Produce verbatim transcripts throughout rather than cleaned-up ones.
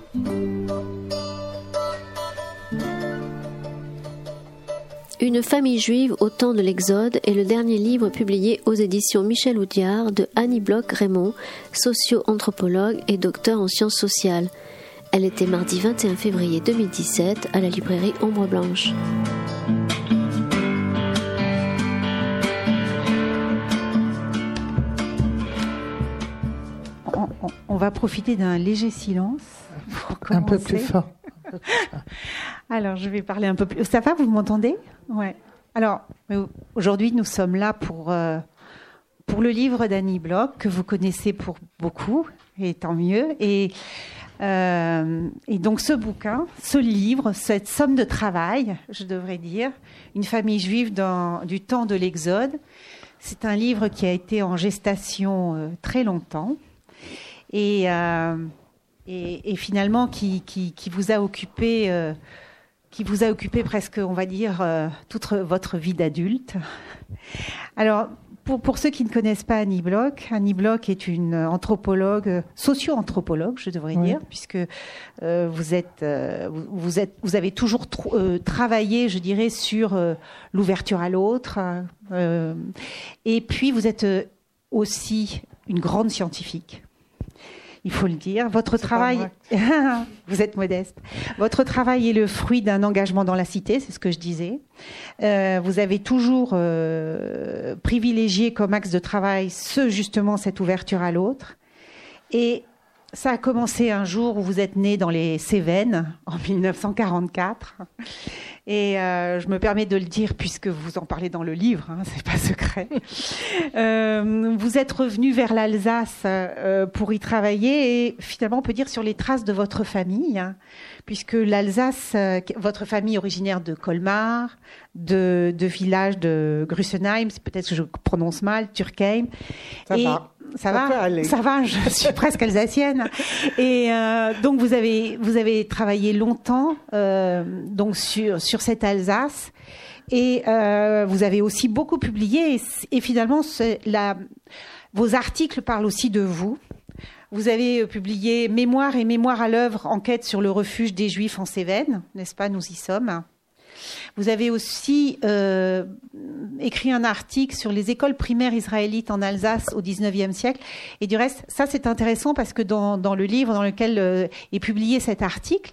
Une famille juive au temps de l'Exode est le dernier livre publié aux éditions Michel Audiard de Annie Bloch-Raymond, socio-anthropologue et docteur en sciences sociales. Elle était mardi vingt et un février deux mille dix-sept à la librairie Ombre Blanche. On, on, on va profiter d'un léger silence pour commencer. Un peu plus fort. Alors, je vais parler un peu plus. Ça va, vous m'entendez ? Ouais. Alors, aujourd'hui, nous sommes là pour, euh, pour le livre d'Annie Bloch, que vous connaissez pour beaucoup, et tant mieux. Et, euh, et donc, ce bouquin, ce livre, cette somme de travail, je devrais dire, Une famille juive dans, du temps de l'Exode, c'est un livre qui a été en gestation euh, très longtemps. Et... Euh, Et, et finalement, qui, qui, qui vous a occupé, euh, qui vous a occupé presque, on va dire, euh, toute votre vie d'adulte. Alors, pour, pour ceux qui ne connaissent pas Annie Bloch, Annie Bloch est une anthropologue, socio-anthropologue, je devrais oui. dire, puisque euh, vous êtes, euh, vous êtes, vous avez toujours tr- euh, travaillé, je dirais, sur euh, l'ouverture à l'autre. Euh, et puis, vous êtes aussi une grande scientifique. Il faut le dire. Votre c'est travail, vous êtes modeste. Votre travail est le fruit d'un engagement dans la cité, c'est ce que je disais. Euh, vous avez toujours euh, privilégié comme axe de travail ce justement cette ouverture à l'autre. Et ça a commencé un jour où vous êtes né dans les Cévennes en dix-neuf cent quarante-quatre. Et euh, je me permets de le dire puisque vous en parlez dans le livre, hein, c'est pas secret. Euh, vous êtes revenu vers l'Alsace euh, pour y travailler et finalement on peut dire sur les traces de votre famille, hein, puisque l'Alsace, euh, votre famille est originaire de Colmar, de, de village de Grussenheim, c'est peut-être que je prononce mal, Turkheim. Ça et, va. Ça, ça va, ça va. Je suis presque alsacienne. Et euh, donc vous avez vous avez travaillé longtemps euh, donc sur sur cette Alsace et euh, vous avez aussi beaucoup publié et, et finalement la, vos articles parlent aussi de vous. Vous avez publié Mémoire et mémoire à l'œuvre, enquête sur le refuge des Juifs en Cévennes, n'est-ce pas ? Nous y sommes. Vous avez aussi euh, écrit un article sur les écoles primaires israélites en Alsace au dix-neuvième siècle. Et du reste, ça c'est intéressant parce que dans, dans le livre dans lequel euh, est publié cet article,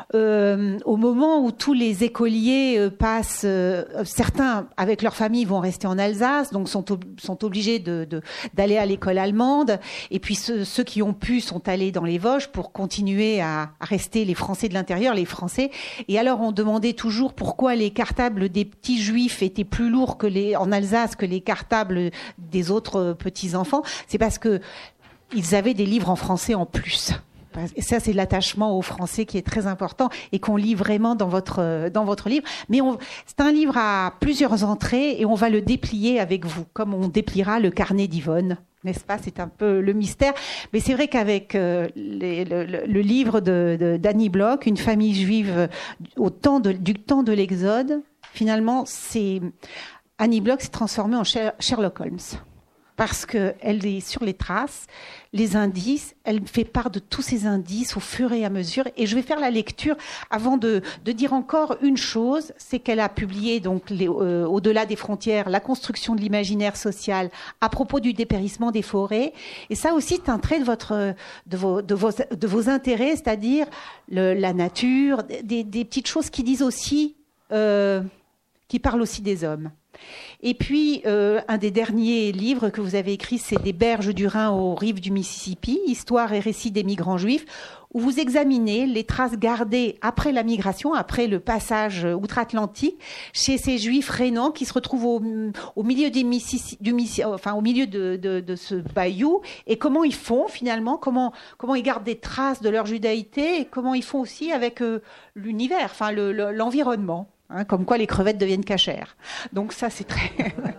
euh, au moment où tous les écoliers euh, passent, euh, certains avec leur famille vont rester en Alsace, donc sont, ob- sont obligés de, de, d'aller à l'école allemande. Et puis ceux, ceux qui ont pu sont allés dans les Vosges pour continuer à, à rester les Français de l'intérieur, les Français. Et alors on demandait toujours pourquoi les cartables des petits juifs étaient plus lourds que les, en Alsace que les cartables des autres petits-enfants. C'est parce que ils avaient des livres en français en plus. Et ça, c'est l'attachement au français qui est très important et qu'on lit vraiment dans votre, dans votre livre. Mais on, c'est un livre à plusieurs entrées et on va le déplier avec vous, comme on dépliera le carnet d'Yvonne. N'est-ce pas ? C'est un peu le mystère. Mais c'est vrai qu'avec euh, les, le, le, le livre de, de, d'Annie Bloch, Une famille juive au temps de, du temps de l'Exode, finalement, c'est, Annie Bloch s'est transformée en Sherlock Holmes. Parce qu'elle est sur les traces, les indices, elle fait part de tous ces indices au fur et à mesure. Et je vais faire la lecture avant de, de dire encore une chose, c'est qu'elle a publié donc les, euh, Au-delà des frontières, la construction de l'imaginaire social à propos du dépérissement des forêts. Et ça aussi, c'est un trait de, votre, de, vos, de, vos, de vos intérêts, c'est-à-dire le, la nature, des, des petites choses qui disent aussi, euh, qui parlent aussi des hommes. Et puis, euh, un des derniers livres que vous avez écrit, c'est Des berges du Rhin aux rives du Mississippi, Histoire et récits des migrants juifs, où vous examinez les traces gardées après la migration, après le passage outre-Atlantique, chez ces juifs rhénans qui se retrouvent au, au milieu, des Missis, du, enfin, au milieu de, de, de ce bayou, et comment ils font finalement, comment, comment ils gardent des traces de leur judaïté, et comment ils font aussi avec euh, l'univers, enfin le, le, l'environnement. Hein, comme quoi les crevettes deviennent cachères. Donc ça, c'est très...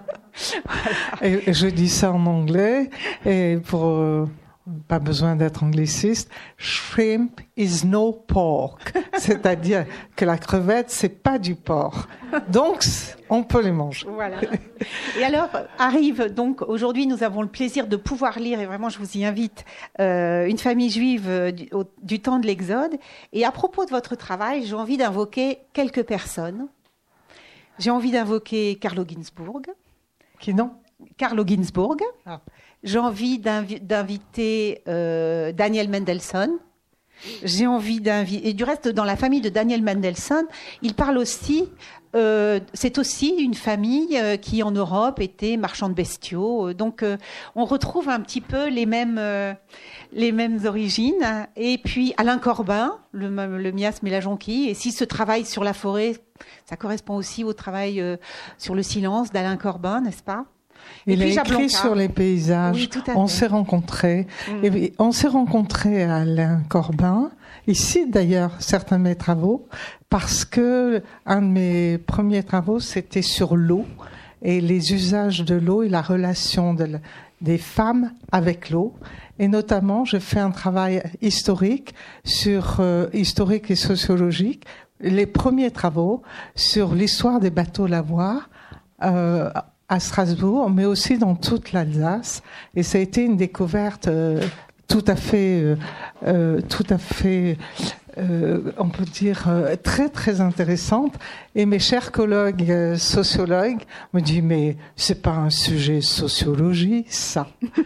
Voilà. Et je dis ça en anglais, et pour... Euh, pas besoin d'être angliciste. Shrimp is no pork. C'est-à-dire que la crevette, c'est pas du porc. Donc, on peut les manger. Voilà. Et alors, arrive donc, aujourd'hui, nous avons le plaisir de pouvoir lire, et vraiment, je vous y invite, euh, Une famille juive du, au, du temps de l'Exode. Et à propos de votre travail, j'ai envie d'invoquer quelques personnes. J'ai envie d'invoquer Carlo Ginzburg. Qui non? Carlo Ginzburg. Ah. J'ai envie d'invi- d'inviter euh, Daniel Mendelssohn. J'ai envie d'inviter... Et du reste, dans la famille de Daniel Mendelssohn, il parle aussi... Euh, c'est aussi une famille euh, qui, en Europe, était marchand de bestiaux. Donc, euh, on retrouve un petit peu les mêmes, euh, les mêmes origines. Et puis, Alain Corbin, le, le miasme et la jonquille. Et si ce travail sur la forêt, ça correspond aussi au travail euh, sur le silence d'Alain Corbin, n'est-ce pas? Et il puis, a écrit sur les paysages. Oui, tout à on fait. s'est rencontrés. Mm. Et on s'est rencontrés à Alain Corbin. Ici, d'ailleurs, certains de mes travaux, parce que un de mes premiers travaux, c'était sur l'eau et les usages de l'eau et la relation de, des femmes avec l'eau. Et notamment, je fais un travail historique sur euh, historique et sociologique. Les premiers travaux sur l'histoire des bateaux lavoirs. Euh, à Strasbourg, mais aussi dans toute l'Alsace. Et ça a été une découverte euh, tout à fait, euh, euh, tout à fait, euh, on peut dire, euh, très, très intéressante. Et mes chers collègues euh, sociologues me disent, mais c'est pas un sujet sociologie, ça.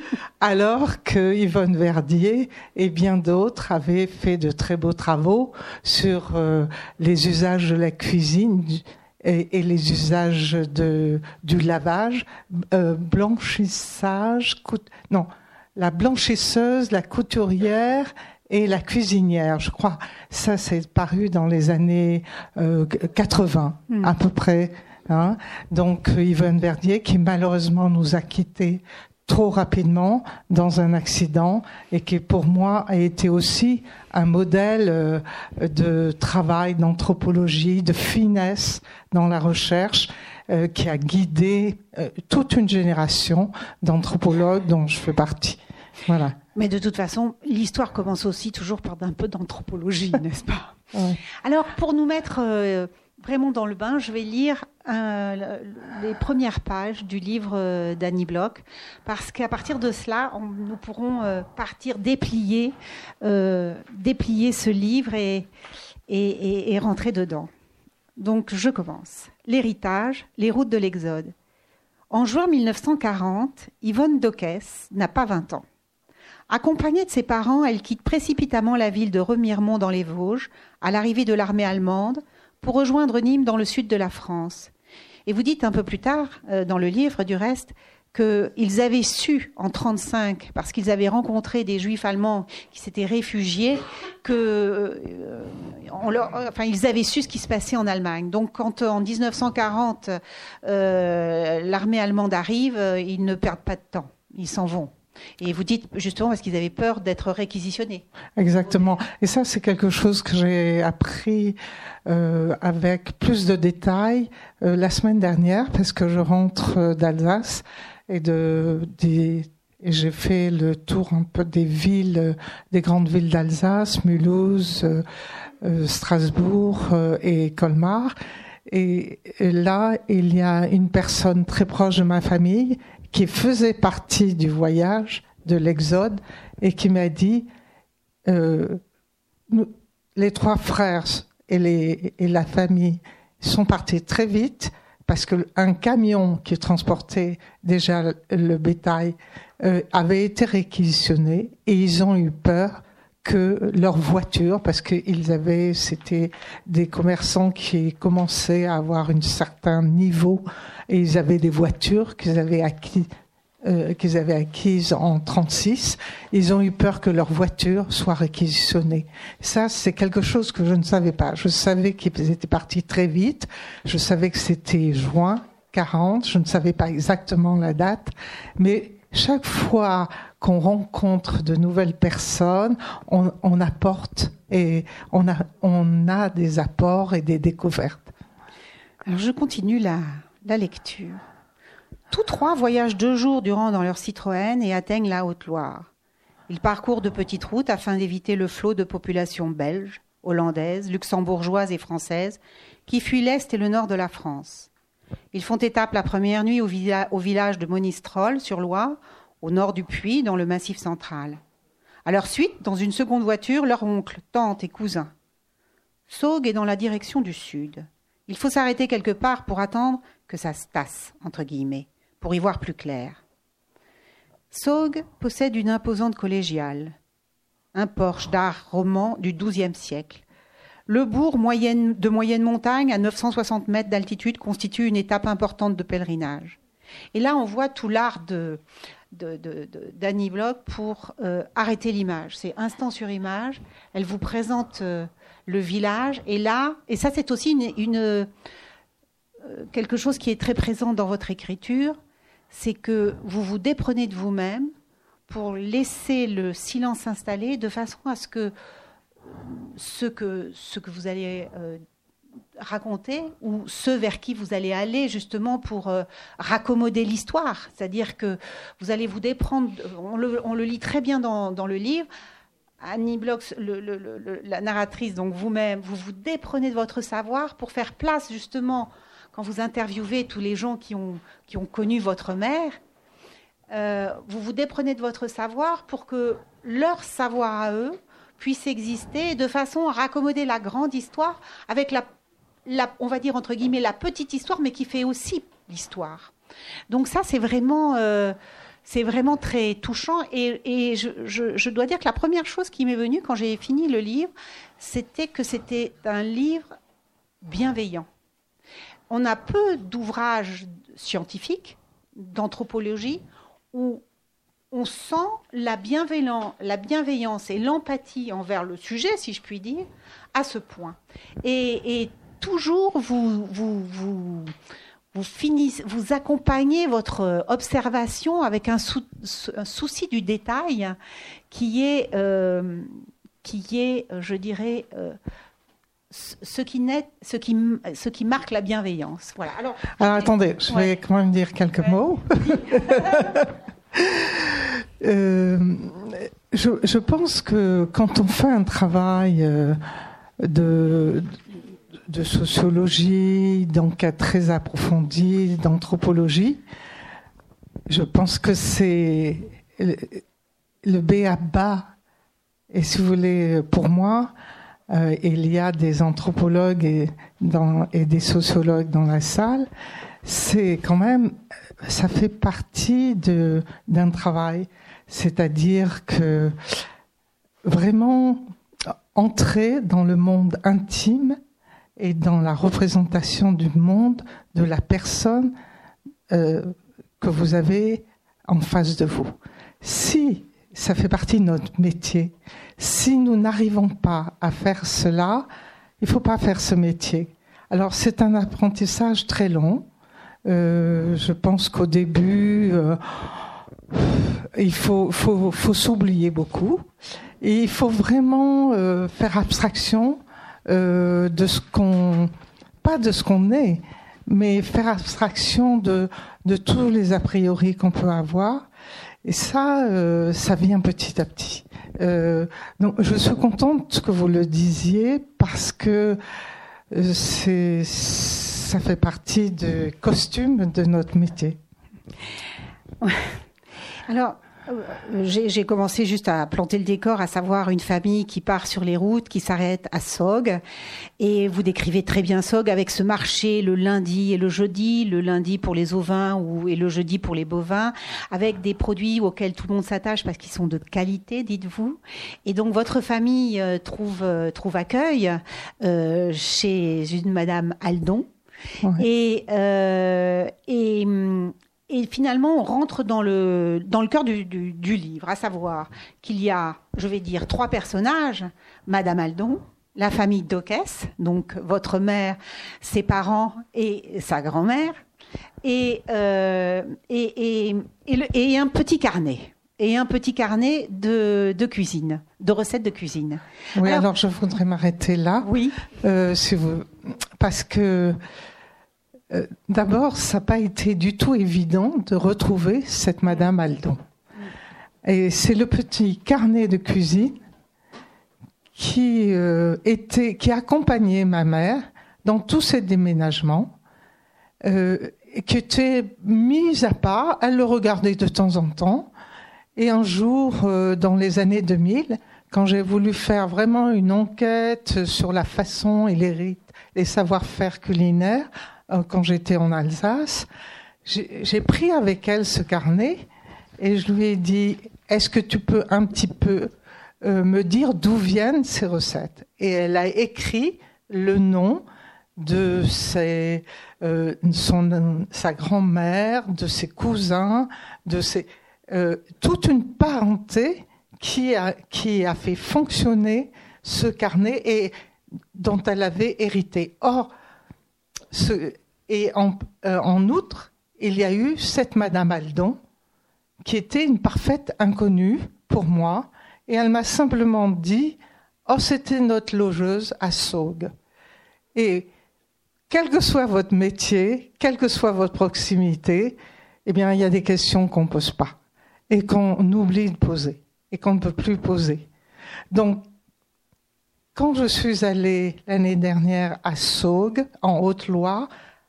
Alors que Yvonne Verdier et bien d'autres avaient fait de très beaux travaux sur euh, les usages de la cuisine, Et, et les usages de, du lavage, euh, blanchissage, cout, non, la blanchisseuse, la couturière et la cuisinière, je crois. Ça, c'est paru dans les années euh, quatre-vingts, mmh. à peu près. Hein. Donc, Yvonne Verdier, qui malheureusement nous a quittés trop rapidement dans un accident et qui pour moi a été aussi un modèle euh, de travail, d'anthropologie, de finesse dans la recherche euh, qui a guidé euh, toute une génération d'anthropologues dont je fais partie. Voilà. Mais de toute façon, l'histoire commence aussi toujours par un peu d'anthropologie, n'est-ce pas? Ouais. Alors, pour nous mettre euh, vraiment dans le bain, je vais lire un, les premières pages du livre euh, d'Annie Bloch, parce qu'à partir de cela, on, nous pourrons euh, partir déplier, euh, déplier ce livre et, et, et, et rentrer dedans. Donc, je commence. L'héritage, les routes de l'Exode. En juin mille neuf cent quarante, Yvonne Dockès n'a pas vingt ans. Accompagnée de ses parents, elle quitte précipitamment la ville de Remiremont dans les Vosges, à l'arrivée de l'armée allemande, pour rejoindre Nîmes dans le sud de la France. Et vous dites un peu plus tard, euh, dans le livre du reste, qu'ils avaient su en trente-cinq, parce qu'ils avaient rencontré des juifs allemands qui s'étaient réfugiés, que, euh, on leur, enfin, ils avaient su ce qui se passait en Allemagne. Donc quand en dix-neuf cent quarante, euh, l'armée allemande arrive, euh, ils ne perdent pas de temps, ils s'en vont. Et vous dites justement parce qu'ils avaient peur d'être réquisitionnés. Exactement. Et ça, c'est quelque chose que j'ai appris euh, avec plus de détails euh, la semaine dernière, parce que je rentre d'Alsace et de des et j'ai fait le tour un peu des villes, des grandes villes d'Alsace, Mulhouse, euh, euh, Strasbourg euh, et Colmar. Et, et là, il y a une personne très proche de ma famille qui faisait partie du voyage de l'Exode et qui m'a dit euh, nous, les trois frères et, les, et la famille sont partis très vite parce qu'un camion qui transportait déjà le, le bétail euh, avait été réquisitionné et ils ont eu peur que leur voiture, parce qu'ils avaient, c'était des commerçants qui commençaient à avoir un certain niveau et ils avaient des voitures qu'ils avaient acquis, euh, qu'ils avaient acquises en trente-six. Ils ont eu peur que leur voiture soit réquisitionnée. Ça, c'est quelque chose que je ne savais pas. Je savais qu'ils étaient partis très vite. Je savais que c'était juin quarante. Je ne savais pas exactement la date, mais chaque fois qu'on rencontre de nouvelles personnes, on, on apporte et on a, on a des apports et des découvertes. Alors je continue la, la lecture. Tous trois voyagent deux jours durant dans leur Citroën et atteignent la Haute-Loire. Ils parcourent de petites routes afin d'éviter le flot de population belge. hollandaises, luxembourgeoises et françaises, qui fuient l'Est et le Nord de la France. Ils font étape la première nuit au, villa- au village de Monistrol, sur Loire, au nord du Puy, dans le Massif central. À leur suite, dans une seconde voiture, leur oncle, tante et cousin. Saugues est dans la direction du sud. Il faut s'arrêter quelque part pour attendre que ça se tasse, entre guillemets, pour y voir plus clair. Saugues possède une imposante collégiale, un porche d'art roman du douzième siècle. Le bourg moyenne, de moyenne montagne, à neuf cent soixante mètres d'altitude, constitue une étape importante de pèlerinage. Et là, on voit tout l'art de, de, de, de, d'Annie Bloch pour euh, arrêter l'image. C'est instant sur image. Elle vous présente euh, le village. Et là, et ça, c'est aussi une, une, euh, quelque chose qui est très présent dans votre écriture, c'est que vous vous déprenez de vous-même pour laisser le silence s'installer de façon à ce que ce que, ce que vous allez euh, raconter ou ceux vers qui vous allez aller justement pour euh, raccommoder l'histoire. C'est-à-dire que vous allez vous déprendre, on le, on le lit très bien dans, dans le livre, Annie Bloch, le, le, le, la narratrice, donc vous-même, vous vous déprenez de votre savoir pour faire place justement, quand vous interviewez tous les gens qui ont, qui ont connu votre mère, euh, vous vous déprenez de votre savoir pour que leur savoir à eux puisse exister de façon à raccommoder la grande histoire avec la, la, on va dire entre guillemets, la petite histoire, mais qui fait aussi l'histoire. Donc ça, c'est vraiment, euh, c'est vraiment très touchant. Et, et je, je, je dois dire que la première chose qui m'est venue quand j'ai fini le livre, c'était que c'était un livre bienveillant. On a peu d'ouvrages scientifiques, d'anthropologie, où on sent la bienveillance, la bienveillance et l'empathie envers le sujet, si je puis dire, à ce point. Et, et toujours, vous, vous, vous, vous, finissez, vous accompagnez votre observation avec un, sou, un souci du détail qui est, euh, qui est je dirais, euh, ce qui, naît, ce, qui, ce qui marque la bienveillance. Voilà. Alors, Alors attendez, je vais ouais. quand même dire quelques ouais. mots. Euh, je, je pense que quand on fait un travail euh, de, de sociologie, d'enquête très approfondie, d'anthropologie, je pense que c'est le, le b a ba. Et si vous voulez, pour moi, euh, il y a des anthropologues et, dans, et des sociologues dans la salle, c'est quand même, ça fait partie de, d'un travail. C'est-à-dire que vraiment entrer dans le monde intime et dans la représentation du monde de la personne euh, que vous avez en face de vous. Si ça fait partie de notre métier, si nous n'arrivons pas à faire cela, il ne faut pas faire ce métier. Alors c'est un apprentissage très long. Euh, je pense qu'au début, euh, il faut, faut, faut s'oublier beaucoup et il faut vraiment euh, faire abstraction euh, de ce qu'on, pas de ce qu'on est, mais faire abstraction de, de tous les a priori qu'on peut avoir. Et ça, euh, ça vient petit à petit. Euh, donc, je suis contente que vous le disiez parce que euh, c'est, ça fait partie du costume de notre métier. Alors, j'ai, j'ai commencé juste à planter le décor, à savoir une famille qui part sur les routes, qui s'arrête à Saugues. Et vous décrivez très bien Saugues avec ce marché le lundi et le jeudi, le lundi pour les ovins ou, et le jeudi pour les bovins, avec des produits auxquels tout le monde s'attache parce qu'ils sont de qualité, dites-vous. Et donc, votre famille euh, trouve, euh, trouve accueil euh, chez une Madame Aldon. Ouais. Et, euh, et Et finalement, on rentre dans le, dans le cœur du, du, du livre, à savoir qu'il y a, je vais dire, trois personnages. Madame Aldon, la famille Docès, donc votre mère, ses parents et sa grand-mère, et, euh, et, et, et, le, et un petit carnet. Et un petit carnet de, de cuisine, de recettes de cuisine. Oui, alors, alors je voudrais m'arrêter là. Oui. Euh, si vous, parce que... Euh, d'abord, ça n'a pas été du tout évident de retrouver cette Madame Aldon. Et c'est le petit carnet de cuisine qui euh, était, qui accompagnait ma mère dans tous ces déménagements, euh, qui était mise à part. Elle le regardait de temps en temps. Et un jour, euh, dans les années deux mille, quand j'ai voulu faire vraiment une enquête sur la façon et les rites, les savoir-faire culinaires, euh, quand j'étais en Alsace, j'ai, j'ai pris avec elle ce carnet et je lui ai dit « Est-ce que tu peux un petit peu euh, me dire d'où viennent ces recettes ?» Et elle a écrit le nom de ses, euh, son, sa grand-mère, de ses cousins, de ses, euh, toute une parenté qui a, qui a fait fonctionner ce carnet et dont elle avait hérité. Or, ce, et en, euh, en outre, il y a eu cette Madame Aldon, qui était une parfaite inconnue pour moi, et elle m'a simplement dit « Oh, c'était notre logeuse à Saugues. » Et quel que soit votre métier, quelle que soit votre proximité, eh bien, il y a des questions qu'on ne pose pas et qu'on oublie de poser et qu'on ne peut plus poser. Donc, quand je suis allée l'année dernière à Saugues, en Haute-Loire,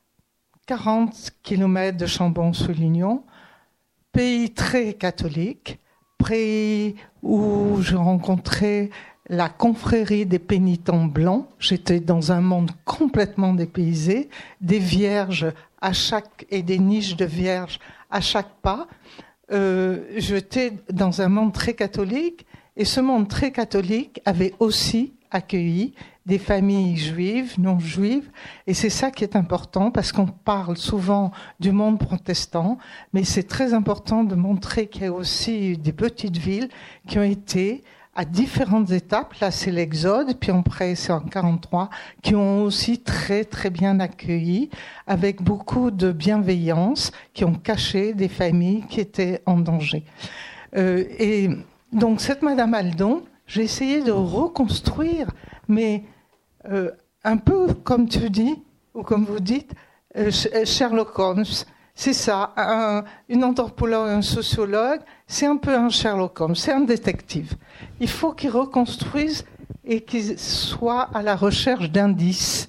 quarante kilomètres de Chambon-sous-Lignon, pays très catholique, pays où je rencontrais la confrérie des pénitents blancs. J'étais dans un monde complètement dépaysé, des vierges à chaque et des niches de vierges à chaque pas. Euh, j'étais dans un monde très catholique et ce monde très catholique avait aussi accueilli des familles juives, non juives, et c'est ça qui est important parce qu'on parle souvent du monde protestant, mais c'est très important de montrer qu'il y a aussi des petites villes qui ont été à différentes étapes, là c'est l'Exode, puis après c'est en quarante-trois, qui ont aussi très très bien accueilli, avec beaucoup de bienveillance, qui ont caché des familles qui étaient en danger. Euh, et donc cette Madame Aldon, j'ai essayé de reconstruire, mais euh, un peu comme tu dis, ou comme vous dites, euh, Sherlock Holmes. C'est ça, un, une anthropologue, un sociologue, c'est un peu un Sherlock Holmes, c'est un détective. Il faut qu'il reconstruise et qu'il soit à la recherche d'indices.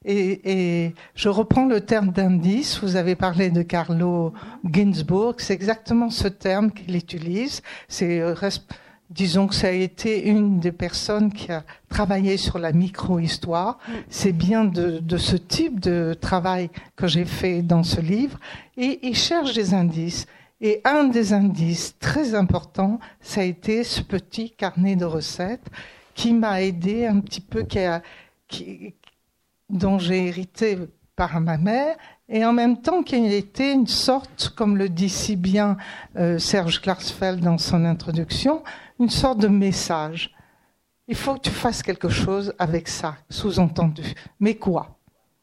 Et, et je reprends le terme d'indice, vous avez parlé de Carlo Ginzburg, c'est exactement ce terme qu'il utilise. C'est, disons que ça a été une des personnes qui a travaillé sur la micro-histoire. C'est bien de, de ce type de travail que j'ai fait dans ce livre. Et il cherche des indices. Et un des indices très importants, ça a été ce petit carnet de recettes qui m'a aidé un petit peu, qui a, qui, dont j'ai hérité par ma mère, et en même temps qui était une sorte, comme le dit si bien euh, Serge Klarsfeld dans son introduction, une sorte de message. Il faut que tu fasses quelque chose avec ça, sous-entendu. Mais quoi ?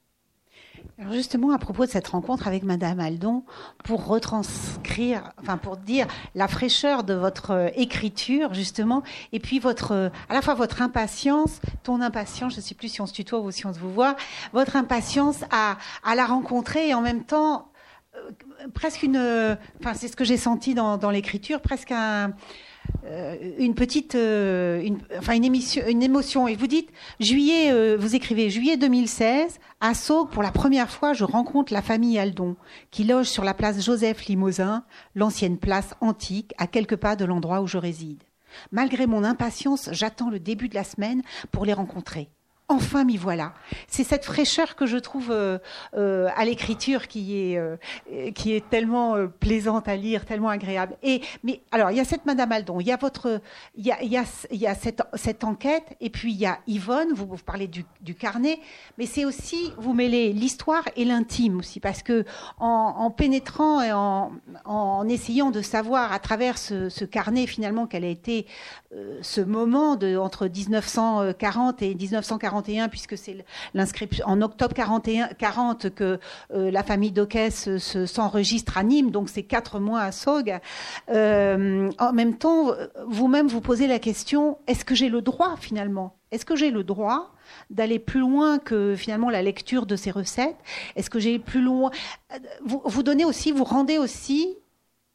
Alors justement, à propos de cette rencontre avec Madame Aldon, pour retranscrire, enfin pour dire la fraîcheur de votre écriture, justement, et puis votre, à la fois votre impatience, ton impatience, je ne sais plus si on se tutoie ou si on se vous voit, votre impatience à, à la rencontrer et en même temps, euh, presque une, enfin c'est ce que j'ai senti dans, dans l'écriture, presque un... Euh, une petite, euh, une, enfin une, émission, une émotion. Et vous dites, juillet, euh, vous écrivez juillet deux mille seize, à Saugues, pour la première fois, je rencontre la famille Aldon, qui loge sur la place Joseph Limosin, l'ancienne place antique, à quelques pas de l'endroit où je réside. Malgré mon impatience, j'attends le début de la semaine pour les rencontrer. Enfin, m'y voilà. C'est cette fraîcheur que je trouve euh, euh, à l'écriture qui est euh, qui est tellement euh, plaisante à lire, tellement agréable. Et mais alors il y a cette Madame Aldon, il y a votre, il y a il y a il y a cette cette enquête, et puis il y a Yvonne. Vous, vous parlez du, du carnet, mais c'est aussi vous mêlez l'histoire et l'intime aussi, parce que en, en pénétrant et en en essayant de savoir à travers ce, ce carnet finalement quel a été euh, ce moment de entre dix-neuf cent quarante et dix-neuf cent quarante et un, puisque c'est l'inscription en octobre quarante et un, quarante que euh, la famille Docès se, s'enregistre à Nîmes, donc c'est quatre mois à Saugues. Euh, en même temps, vous-même vous posez la question, est-ce que j'ai le droit finalement ? Est-ce que j'ai le droit d'aller plus loin que finalement la lecture de ces recettes ? Est-ce que j'ai plus loin ? Vous, vous donnez aussi, vous rendez aussi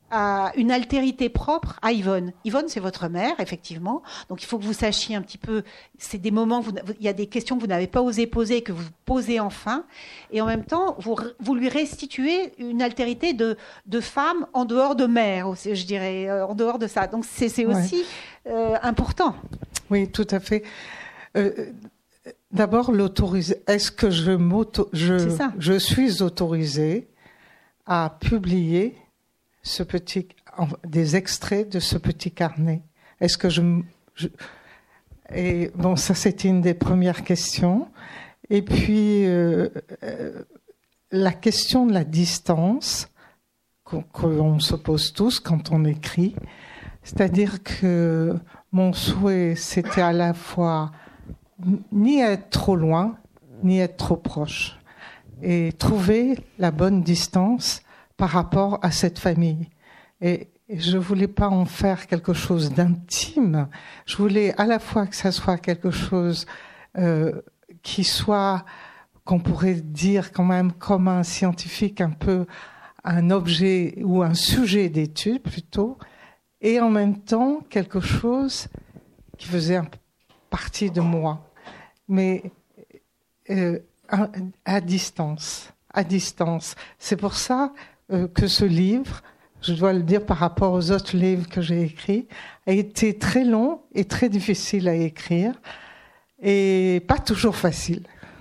à une altérité propre à Yvonne. Yvonne, c'est votre mère, effectivement. Donc, il faut que vous sachiez un petit peu. C'est des moments, vous, il y a des questions que vous n'avez pas osé poser, que vous posez enfin. Et en même temps, vous, vous lui restituez une altérité de, de femme en dehors de mère, aussi, je dirais, en dehors de ça. Donc, c'est, c'est aussi ouais. euh, important. Oui, tout à fait. Euh, d'abord, l'autoriser. Est-ce que je, m'auto... je, je suis autorisée à publier ce petit, des extraits de ce petit carnet? Est-ce que je, je et bon, ça c'était une des premières questions. Et puis euh, euh, la question de la distance qu'on, qu'on se pose tous quand on écrit, c'est-à-dire que mon souhait c'était à la fois ni être trop loin ni être trop proche et trouver la bonne distance par rapport à cette famille. Et je voulais pas en faire quelque chose d'intime. Je voulais à la fois que ça soit quelque chose euh, qui soit, qu'on pourrait dire quand même comme un scientifique, un peu un objet ou un sujet d'étude plutôt, et en même temps quelque chose qui faisait un, partie de moi, mais euh, à, à distance. À distance. C'est pour ça Euh, que ce livre, je dois le dire par rapport aux autres livres que j'ai écrits, a été très long et très difficile à écrire et pas toujours facile.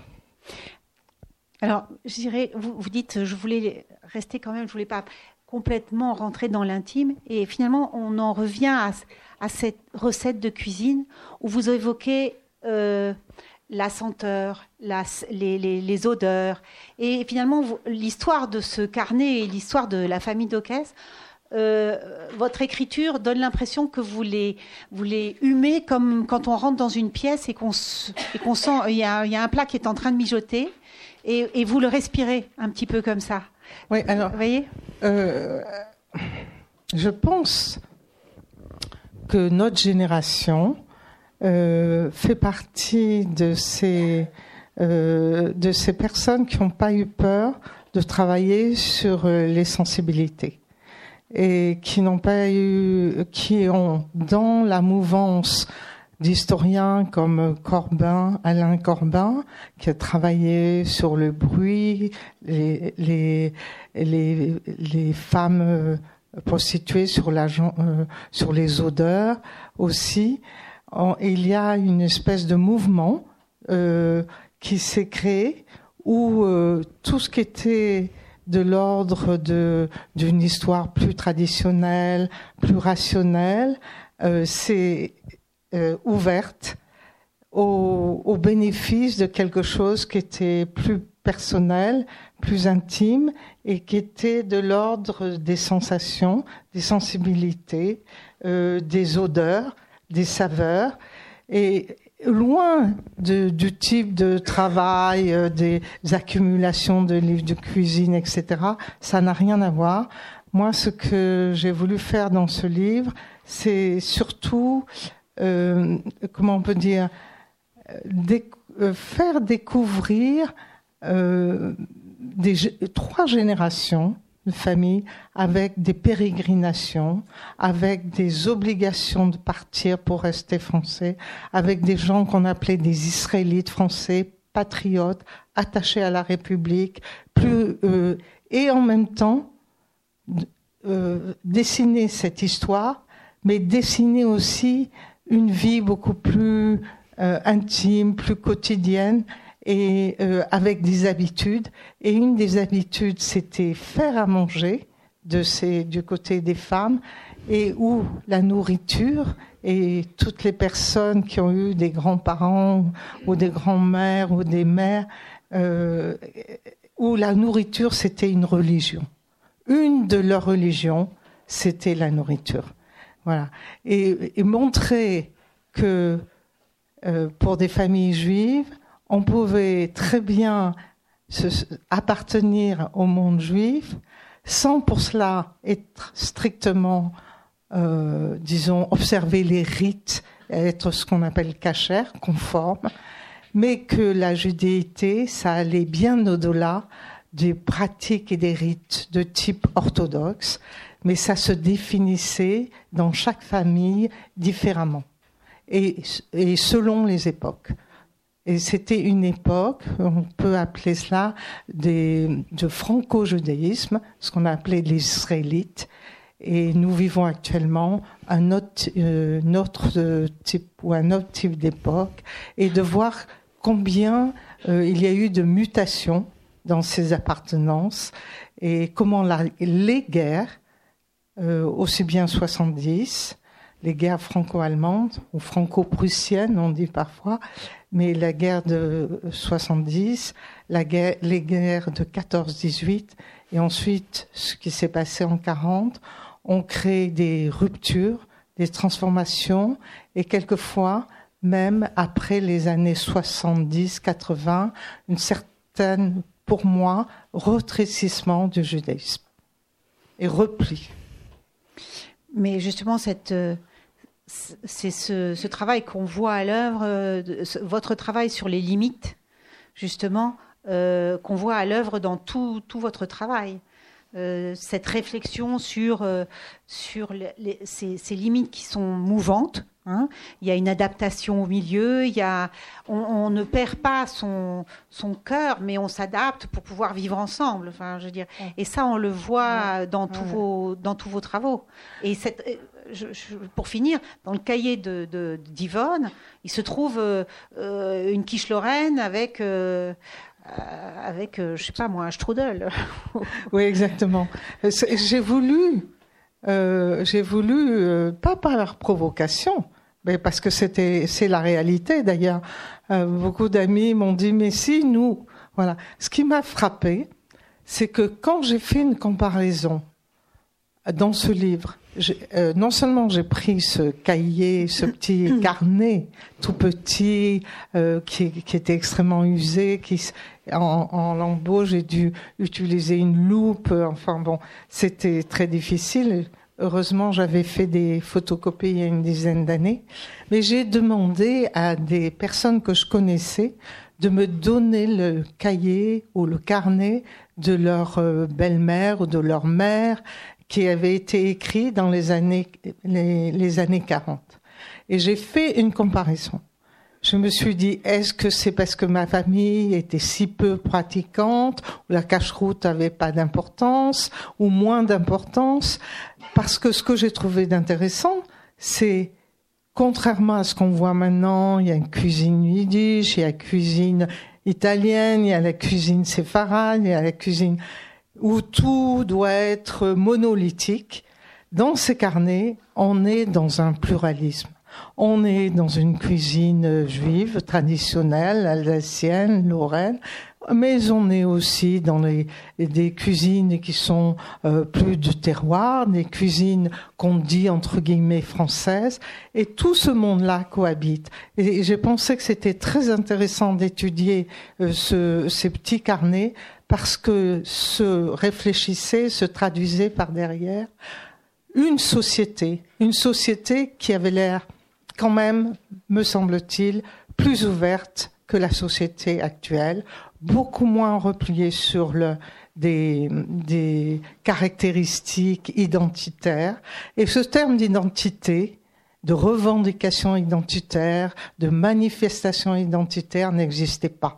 Alors, je dirais, vous, vous dites, je voulais rester quand même, je voulais pas complètement rentrer dans l'intime et finalement on en revient à, à cette recette de cuisine où vous évoquez euh, la senteur, la, les, les, les odeurs. Et finalement, vous, l'histoire de ce carnet et l'histoire de la famille Dauchez, euh, votre écriture donne l'impression que vous les, vous les humez comme quand on rentre dans une pièce et qu'on, et qu'on sent il y a, il y a un plat qui est en train de mijoter et, et vous le respirez un petit peu comme ça. Oui, alors, vous voyez euh, je pense que notre génération Euh, fait partie de ces, euh, de ces personnes qui n'ont pas eu peur de travailler sur euh, les sensibilités et qui n'ont pas eu, qui ont dans la mouvance d'historiens comme Corbin, Alain Corbin, qui a travaillé sur le bruit, les, les, les, les femmes prostituées, sur, la, euh, sur les odeurs aussi. Il y a une espèce de mouvement euh, qui s'est créé où euh, tout ce qui était de l'ordre de, d'une histoire plus traditionnelle, plus rationnelle, euh, s'est euh, ouverte au, au bénéfice de quelque chose qui était plus personnel, plus intime et qui était de l'ordre des sensations, des sensibilités, euh, des odeurs, des saveurs, et loin de, du type de travail, euh, des accumulations de livres de cuisine, et cetera. Ça n'a rien à voir. Moi, ce que j'ai voulu faire dans ce livre, c'est surtout, euh, comment on peut dire, déc- euh, faire découvrir euh, des, trois générations de famille avec des pérégrinations, avec des obligations de partir pour rester français, avec des gens qu'on appelait des Israélites français, patriotes, attachés à la République, plus, euh, et en même temps euh, dessiner cette histoire, mais dessiner aussi une vie beaucoup plus euh, intime, plus quotidienne, et euh, avec des habitudes. Et une des habitudes, c'était faire à manger de ces, du côté des femmes, et où la nourriture, et toutes les personnes qui ont eu des grands-parents ou des grands-mères ou des mères, euh, où la nourriture, c'était une religion. Une de leurs religions, c'était la nourriture. Voilà. Et, et montrer que euh, pour des familles juives, on pouvait très bien se, appartenir au monde juif sans pour cela être strictement, euh, disons, observer les rites, être ce qu'on appelle kasher, conforme, mais que la judéité, ça allait bien au-delà des pratiques et des rites de type orthodoxe, mais ça se définissait dans chaque famille différemment, et, et selon les époques. Et c'était une époque, on peut appeler cela des, de franco-judaïsme, ce qu'on a appelé les Israélites. Et nous vivons actuellement un autre, euh, notre type ou un autre type d'époque, et de voir combien euh, il y a eu de mutations dans ces appartenances et comment la, les guerres, euh, aussi bien soixante-dix, les guerres franco-allemandes ou franco-prussiennes, on dit parfois, mais la guerre de soixante-dix, la guerre, les guerres de quatorze dix-huit, et ensuite ce qui s'est passé en quarante, ont créé des ruptures, des transformations, et quelquefois, même après les années soixante-dix quatre-vingts, une certaine, pour moi, retrécissement du judaïsme et repli. Mais justement, cette, c'est ce, ce travail qu'on voit à l'œuvre, votre travail sur les limites, justement, euh, qu'on voit à l'œuvre dans tout, tout votre travail. Euh, cette réflexion sur, euh, sur les, les, ces, ces limites qui sont mouvantes. Hein. Il y a une adaptation au milieu, il y a, on, on ne perd pas son, son cœur, mais on s'adapte pour pouvoir vivre ensemble. Enfin, je veux dire. Et ça, on le voit ouais. dans, tous ouais. vos, dans tous vos travaux. Et cette, je, je, pour finir, dans le cahier de, de, d'Yvonne, il se trouve euh, une quiche Lorraine avec... Euh, Euh, avec, euh, je sais pas moi, un strudel. Oui, exactement. J'ai voulu, euh, j'ai voulu, euh, pas par provocation, mais parce que c'était, c'est la réalité d'ailleurs. Euh, beaucoup d'amis m'ont dit, mais si nous, voilà. Ce qui m'a frappé, c'est que quand j'ai fait une comparaison dans ce livre, euh, non seulement j'ai pris ce cahier, ce petit carnet tout petit, euh, qui, qui était extrêmement usé, qui en, en lambeaux, j'ai dû utiliser une loupe. Enfin bon, c'était très difficile. Heureusement, j'avais fait des photocopies il y a une dizaine d'années. Mais j'ai demandé à des personnes que je connaissais de me donner le cahier ou le carnet de leur euh, belle-mère ou de leur mère qui avait été écrit dans les années, les, les années quarante. Et j'ai fait une comparaison. Je me suis dit, est-ce que c'est parce que ma famille était si peu pratiquante, ou la cache-route n'avait pas d'importance, ou moins d'importance? Parce que ce que j'ai trouvé d'intéressant, c'est, contrairement à ce qu'on voit maintenant, il y a une cuisine yiddish, il y a la cuisine italienne, il y a la cuisine séfarade, il y a la cuisine où tout doit être monolithique. Dans ces carnets, on est dans un pluralisme. On est dans une cuisine juive, traditionnelle, alsacienne, lorraine, mais on est aussi dans les, des cuisines qui sont euh, plus de terroir, des cuisines qu'on dit entre guillemets françaises, et tout ce monde-là cohabite. Et j'ai pensé que c'était très intéressant d'étudier euh, ce, ces petits carnets, parce que se réfléchissait, se traduisait par derrière une société, une société qui avait l'air quand même, me semble-t-il, plus ouverte que la société actuelle, beaucoup moins repliée sur le, des, des caractéristiques identitaires. Et ce terme d'identité, de revendication identitaire, de manifestation identitaire n'existait pas.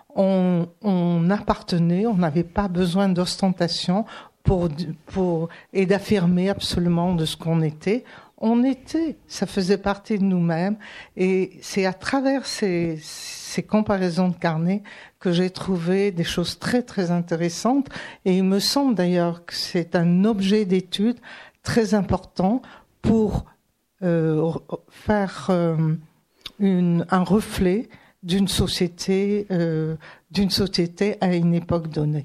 On, on appartenait, on n'avait pas besoin d'ostentation pour, pour, et d'affirmer absolument de ce qu'on était. On était, ça faisait partie de nous-mêmes, et c'est à travers ces, ces comparaisons de carnets que j'ai trouvé des choses très très intéressantes, et il me semble d'ailleurs que c'est un objet d'étude très important pour euh, faire euh, une, un reflet d'une société, euh, d'une société à une époque donnée.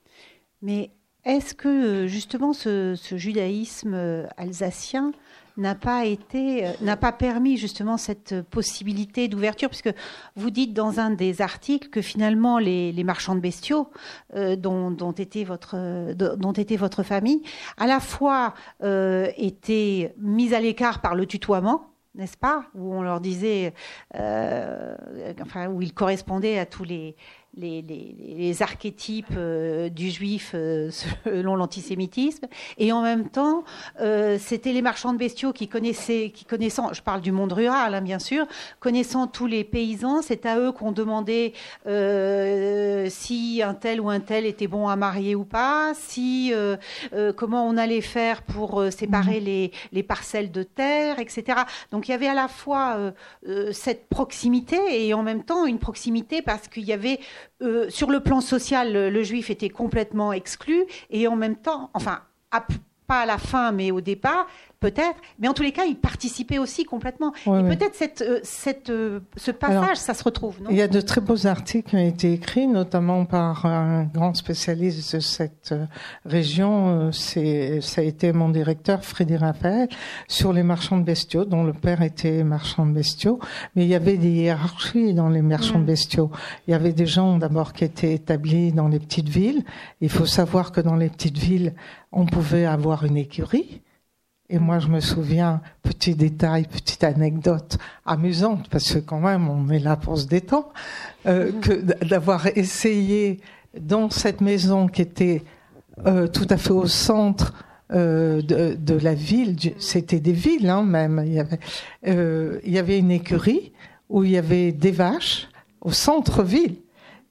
Mais est-ce que justement ce, ce judaïsme alsacien n'a pas été, n'a pas permis justement cette possibilité d'ouverture, puisque vous dites dans un des articles que finalement les, les marchands de bestiaux, euh, dont, dont était votre, dont était votre famille, à la fois euh, étaient mis à l'écart par le tutoiement, n'est-ce pas, où on leur disait, euh, enfin où ils correspondaient à tous les les, les, les archétypes euh, du juif euh, selon l'antisémitisme. Et en même temps, euh, c'était les marchands de bestiaux qui connaissaient, qui connaissant, je parle du monde rural, hein, bien sûr, connaissant tous les paysans, c'est à eux qu'on demandait euh, si un tel ou un tel était bon à marier ou pas, si euh, euh, comment on allait faire pour euh, séparer mmh. les, les parcelles de terre, et cetera. Donc il y avait à la fois euh, euh, cette proximité et en même temps une proximité parce qu'il y avait Euh, sur le plan social, le, le juif était complètement exclu, et en même temps, enfin, à, pas à la fin, mais au départ, peut-être, mais en tous les cas, il participait aussi complètement. Ouais, et ouais. peut-être cette, euh, cette, euh, ce passage, Alors, ça se retrouve, non ? Il y a de très beaux articles qui ont été écrits, notamment par un grand spécialiste de cette euh, région. C'est, ça a été mon directeur, Frédéric Raphaël, sur les marchands de bestiaux, dont le père était marchand de bestiaux. Mais il y avait des hiérarchies dans les marchands mmh. de bestiaux. Il y avait des gens, d'abord, qui étaient établis dans les petites villes. Il faut savoir que dans les petites villes, on pouvait avoir une écurie. Et moi, je me souviens, petit détail, petite anecdote amusante, parce que quand même, on est là pour se détendre, euh, que d'avoir essayé dans cette maison qui était euh, tout à fait au centre euh, de, de la ville, c'était des villes hein, même, il y avait, euh, il y avait une écurie où il y avait des vaches au centre-ville.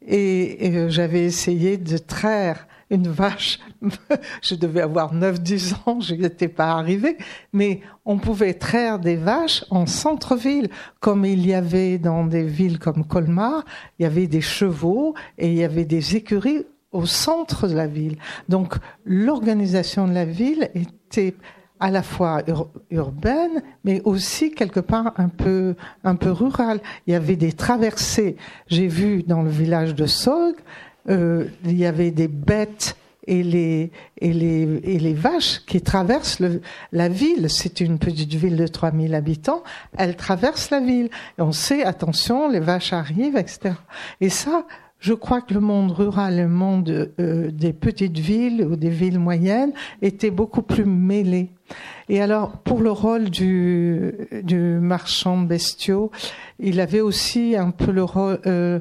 Et, et j'avais essayé de traire une vache, je devais avoir neuf dix ans, je n'y étais pas arrivée, mais on pouvait traire des vaches en centre-ville, comme il y avait dans des villes comme Colmar, il y avait des chevaux et il y avait des écuries au centre de la ville. Donc l'organisation de la ville était à la fois ur- urbaine, mais aussi quelque part un peu, un peu rurale. Il y avait des traversées. J'ai vu dans le village de Sogg, Euh, il y avait des bêtes et les, et les, et les vaches qui traversent le, la ville. C'est une petite ville de trois mille habitants. Elles traversent la ville. Et on sait, attention, les vaches arrivent, et cetera. Et ça, je crois que le monde rural, le monde euh, des petites villes ou des villes moyennes était beaucoup plus mêlé. Et alors, pour le rôle du, du marchand de bestiaux, il avait aussi un peu le rôle euh,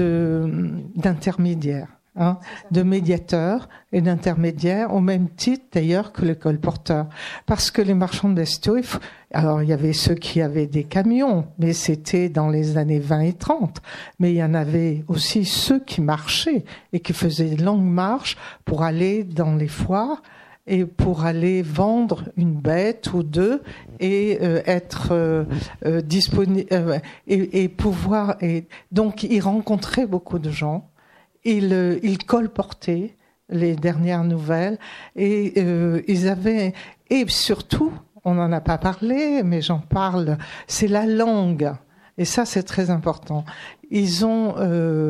de, d'intermédiaire, hein, de médiateur et d'intermédiaire, au même titre d'ailleurs que le colporteur. Parce que les marchands de bestiaux, il faut, alors il y avait ceux qui avaient des camions, mais c'était dans les années vingt et trente. Mais il y en avait aussi ceux qui marchaient et qui faisaient de longues marches pour aller dans les foires et pour aller vendre une bête ou deux et euh, être euh, euh, disponible euh, et, et pouvoir. Et donc, il rencontrait beaucoup de gens. Il, euh, il colportait les dernières nouvelles et euh, ils avaient et surtout, on n'en a pas parlé, mais j'en parle. C'est la langue et ça, c'est très important. Ils ont euh,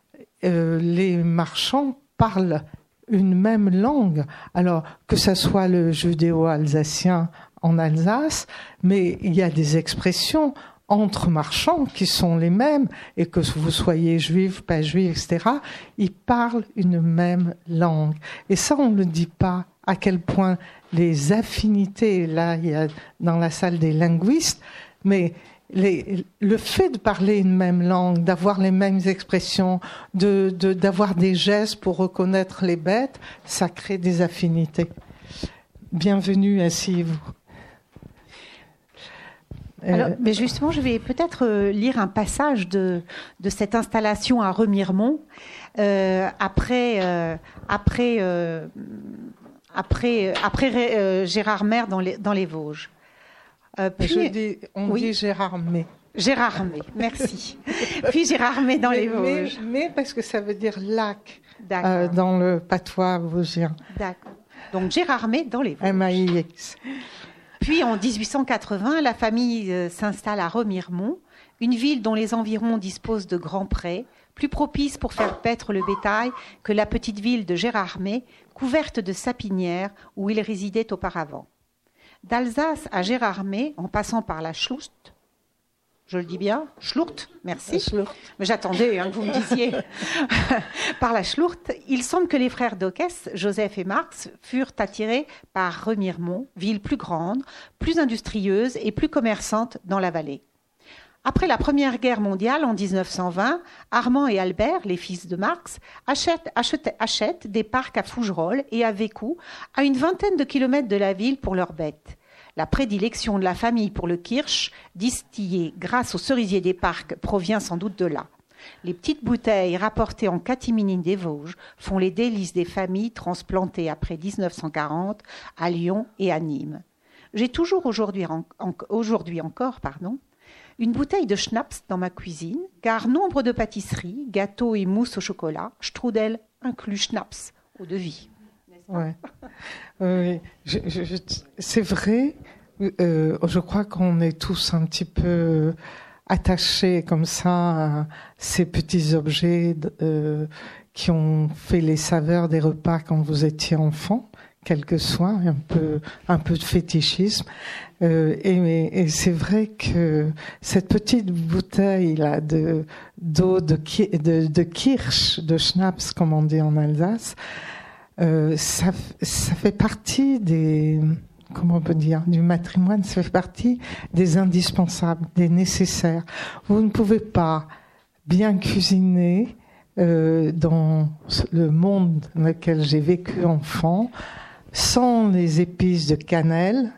euh, les marchands parlent une même langue, alors que ça soit le judéo-alsacien en Alsace, mais il y a des expressions entre marchands qui sont les mêmes, et que vous soyez juif, pas juif, et cetera, ils parlent une même langue. Et ça, on ne le dit pas, à quel point les affinités, là, il y a dans la salle des linguistes, mais Les, le fait de parler une même langue, d'avoir les mêmes expressions, de, de, d'avoir des gestes pour reconnaître les bêtes, ça crée des affinités. Bienvenue, asseyez-vous. Alors, mais justement, je vais peut-être lire un passage de, de cette installation à Remiremont, euh, après, euh, après, euh, après, après euh, Gérard Maire dans les, dans les Vosges. Euh, puis, je dis, on oui. dit Gérard May. Gérard May, merci. Puis Gérard May dans mais, les Vosges. Mais, mais parce que ça veut dire lac euh, dans le patois vosgien. D'accord. Donc Gérard May dans les Vosges. M A I X. Puis en dix-huit cent quatre-vingts, la famille euh, s'installe à Remiremont, une ville dont les environs disposent de grands prés, plus propices pour faire paître le bétail que la petite ville de Gérard May, couverte de sapinières où il résidait auparavant. D'Alsace à Gérard May, en passant par la Schlucht, je le dis bien, Schlucht, merci. Schlucht. Mais j'attendais hein, que vous me disiez. Par la Schlucht, il semble que les frères Dockès, Joseph et Marx, furent attirés par Remiremont, ville plus grande, plus industrieuse et plus commerçante dans la vallée. Après la Première Guerre mondiale, en dix-neuf cent vingt, Armand et Albert, les fils de Marx, achètent, achètent, achètent des parcs à Fougerolles et à Vécou, à une vingtaine de kilomètres de la ville pour leurs bêtes. La prédilection de la famille pour le kirsch, distillé grâce aux cerisiers des parcs, provient sans doute de là. Les petites bouteilles rapportées en catimini des Vosges font les délices des familles transplantées après dix-neuf cent quarante à Lyon et à Nîmes. J'ai toujours aujourd'hui, en, en, aujourd'hui encore, pardon, une bouteille de schnapps dans ma cuisine, car nombre de pâtisseries, gâteaux et mousses au chocolat, strudel inclus schnapps eau de vie. Ouais. euh, je, je, je, c'est vrai, euh, je crois qu'on est tous un petit peu attachés comme ça à ces petits objets euh, qui ont fait les saveurs des repas quand vous étiez enfant, quel que soit, un peu, un peu de fétichisme. Euh, et, et c'est vrai que cette petite bouteille là de d'eau de, de, de kirsch, de schnapps comme on dit en Alsace, euh, ça, ça fait partie des, comment on peut dire, du matrimoine, ça fait partie des indispensables, des nécessaires. Vous ne pouvez pas bien cuisiner euh, dans le monde dans lequel j'ai vécu enfant sans les épices de cannelle,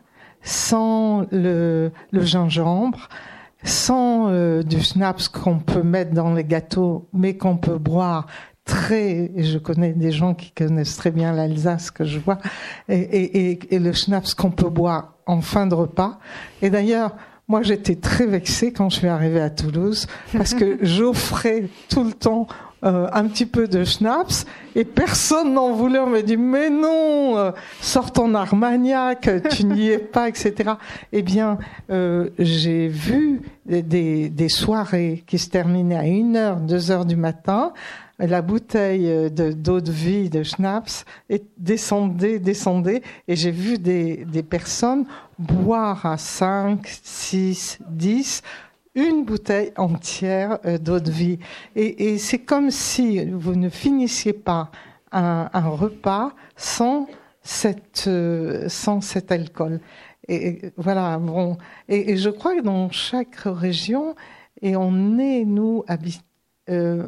sans le, le gingembre, sans euh, du schnapps qu'on peut mettre dans les gâteaux, mais qu'on peut boire très, et je connais des gens qui connaissent très bien l'Alsace que je vois, et, et, et, et le schnapps qu'on peut boire en fin de repas. Et d'ailleurs, moi j'étais très vexée quand je suis arrivée à Toulouse, parce que j'offrais tout le temps Euh, un petit peu de schnapps et personne n'en voulait. On m'a dit mais non, euh, sors ton Armagnac, tu n'y es pas, et cetera. Eh bien, euh, j'ai vu des, des, des soirées qui se terminaient à une heure, deux heures du matin. La bouteille de, d'eau de vie de schnapps et descendait, descendait, et j'ai vu des, des personnes boire à cinq, six, dix une bouteille entière d'eau de vie. Et, et c'est comme si vous ne finissiez pas un, un repas sans, cette, euh, sans cet alcool. Et, et voilà, bon. Et, et je crois que dans chaque région, et on est, nous, habitués, euh,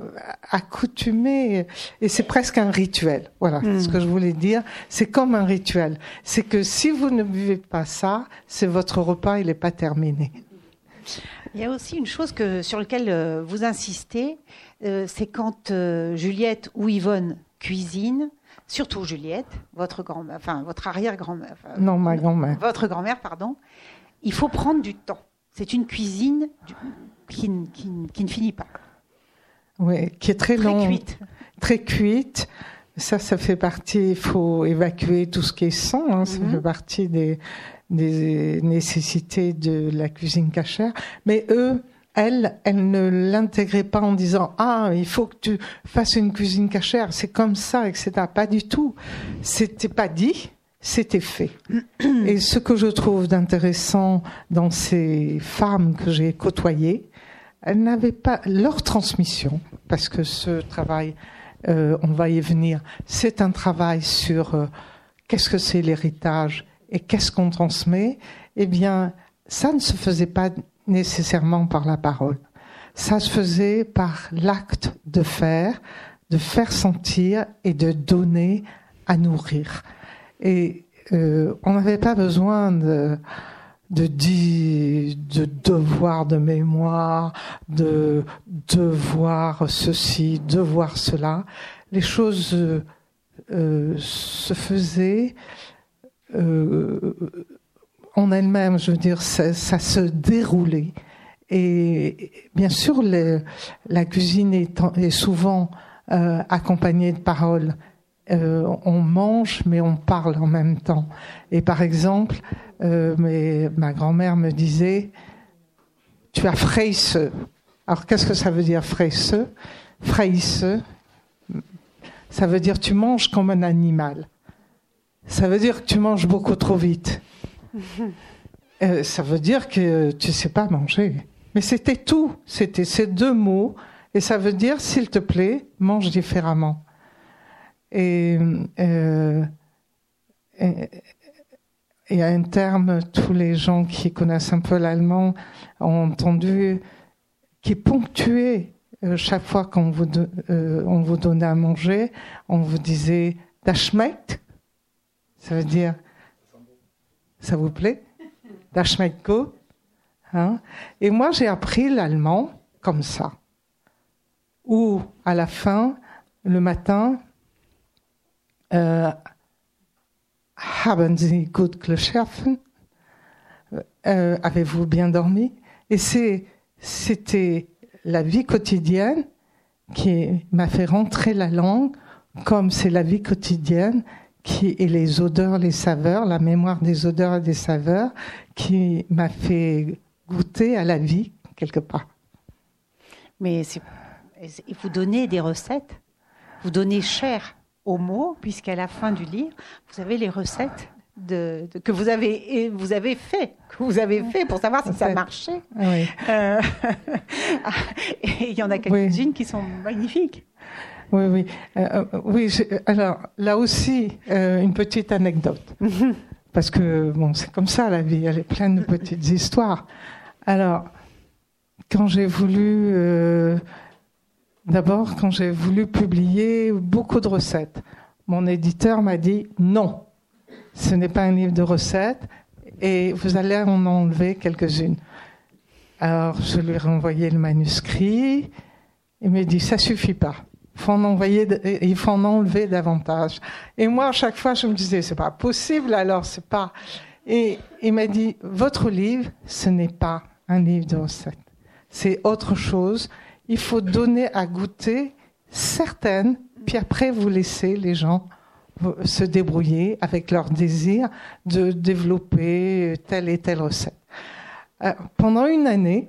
accoutumés, et c'est presque un rituel. Voilà, mmh. ce que je voulais dire. C'est comme un rituel. C'est que si vous ne buvez pas ça, c'est votre repas, il n'est pas terminé. Il y a aussi une chose que, sur laquelle euh, vous insistez, euh, c'est quand euh, Juliette ou Yvonne cuisine, surtout Juliette, votre grand-mère, enfin votre arrière-grand-mère, enfin, non ma grand-mère, votre grand-mère, pardon. Il faut prendre du temps. C'est une cuisine du, qui, qui, qui ne finit pas. Oui, qui est très, très longue, cuite, très cuite. Ça, ça fait partie. Il faut évacuer tout ce qui est sang. Hein, ça mm-hmm. fait partie des des nécessités de la cuisine cachère, mais eux, elles, elles ne l'intégraient pas en disant « Ah, il faut que tu fasses une cuisine cachère, c'est comme ça, et cetera » Pas du tout. C'était pas dit, c'était fait. Et ce que je trouve d'intéressant dans ces femmes que j'ai côtoyées, elles n'avaient pas leur transmission, parce que ce travail, euh, on va y venir, c'est un travail sur euh, qu'est-ce que c'est l'héritage, et qu'est-ce qu'on transmet? Eh bien, ça ne se faisait pas nécessairement par la parole. Ça se faisait par l'acte de faire, de faire sentir et de donner à nourrir. Et euh, on n'avait pas besoin de, de dire, de devoir de mémoire, de devoir ceci, devoir cela. Les choses euh, se faisaient Euh, en elle-même, je veux dire, ça, ça se déroulait. Et bien sûr, les, la cuisine est, est souvent euh, accompagnée de paroles. Euh, on mange, mais on parle en même temps. Et par exemple, euh, mais, ma grand-mère me disait « Tu as freisse ». Alors, qu'est-ce que ça veut dire, freisse? Freisse, ça veut dire « tu manges comme un animal ». Ça veut dire que tu manges beaucoup trop vite. Euh, ça veut dire que tu ne sais pas manger. Mais c'était tout. C'était ces deux mots. Et ça veut dire, s'il te plaît, mange différemment. Et euh, il y a un terme, tous les gens qui connaissent un peu l'allemand ont entendu, qui ponctuait euh, chaque fois qu'on vous, do- euh, on vous donnait à manger, on vous disait « Das schmeckt », ça veut dire « ça vous plaît ?» « Das schmeckt gut ». Hein? Et moi, j'ai appris l'allemand comme ça. Ou à la fin, le matin, euh, haben Sie gut geschlafen? Euh, avez-vous bien dormi? Et c'est, c'était la vie quotidienne qui m'a fait rentrer la langue, comme c'est la vie quotidienne qui, et les odeurs, les saveurs, la mémoire des odeurs et des saveurs, qui m'a fait goûter à la vie quelque part. Mais c'est, vous donnez des recettes, vous donnez chair aux mots, puisqu'à la fin du livre, vous avez les recettes de, de, que vous avez, vous avez fait, que vous avez fait pour savoir si ça marchait. Oui. Euh, et il y en a quelques-unes oui. qui sont magnifiques. Oui, oui. Euh, oui je, alors, là aussi, euh, une petite anecdote. Parce que, bon, c'est comme ça, la vie. Elle est pleine de petites histoires. Alors, quand j'ai voulu... Euh, d'abord, quand j'ai voulu publier beaucoup de recettes, mon éditeur m'a dit « Non, ce n'est pas un livre de recettes et vous allez en enlever quelques-unes. » Alors, je lui ai renvoyé le manuscrit. Il m'a dit « Ça suffit pas. Il faut en envoyer, il faut en enlever davantage. » Et moi, à chaque fois, je me disais « C'est pas possible, alors c'est pas... » Et il m'a dit « Votre livre, ce n'est pas un livre de recettes. C'est autre chose. Il faut donner à goûter certaines, puis après vous laissez les gens se débrouiller avec leur désir de développer telle et telle recette. » Euh, pendant une année,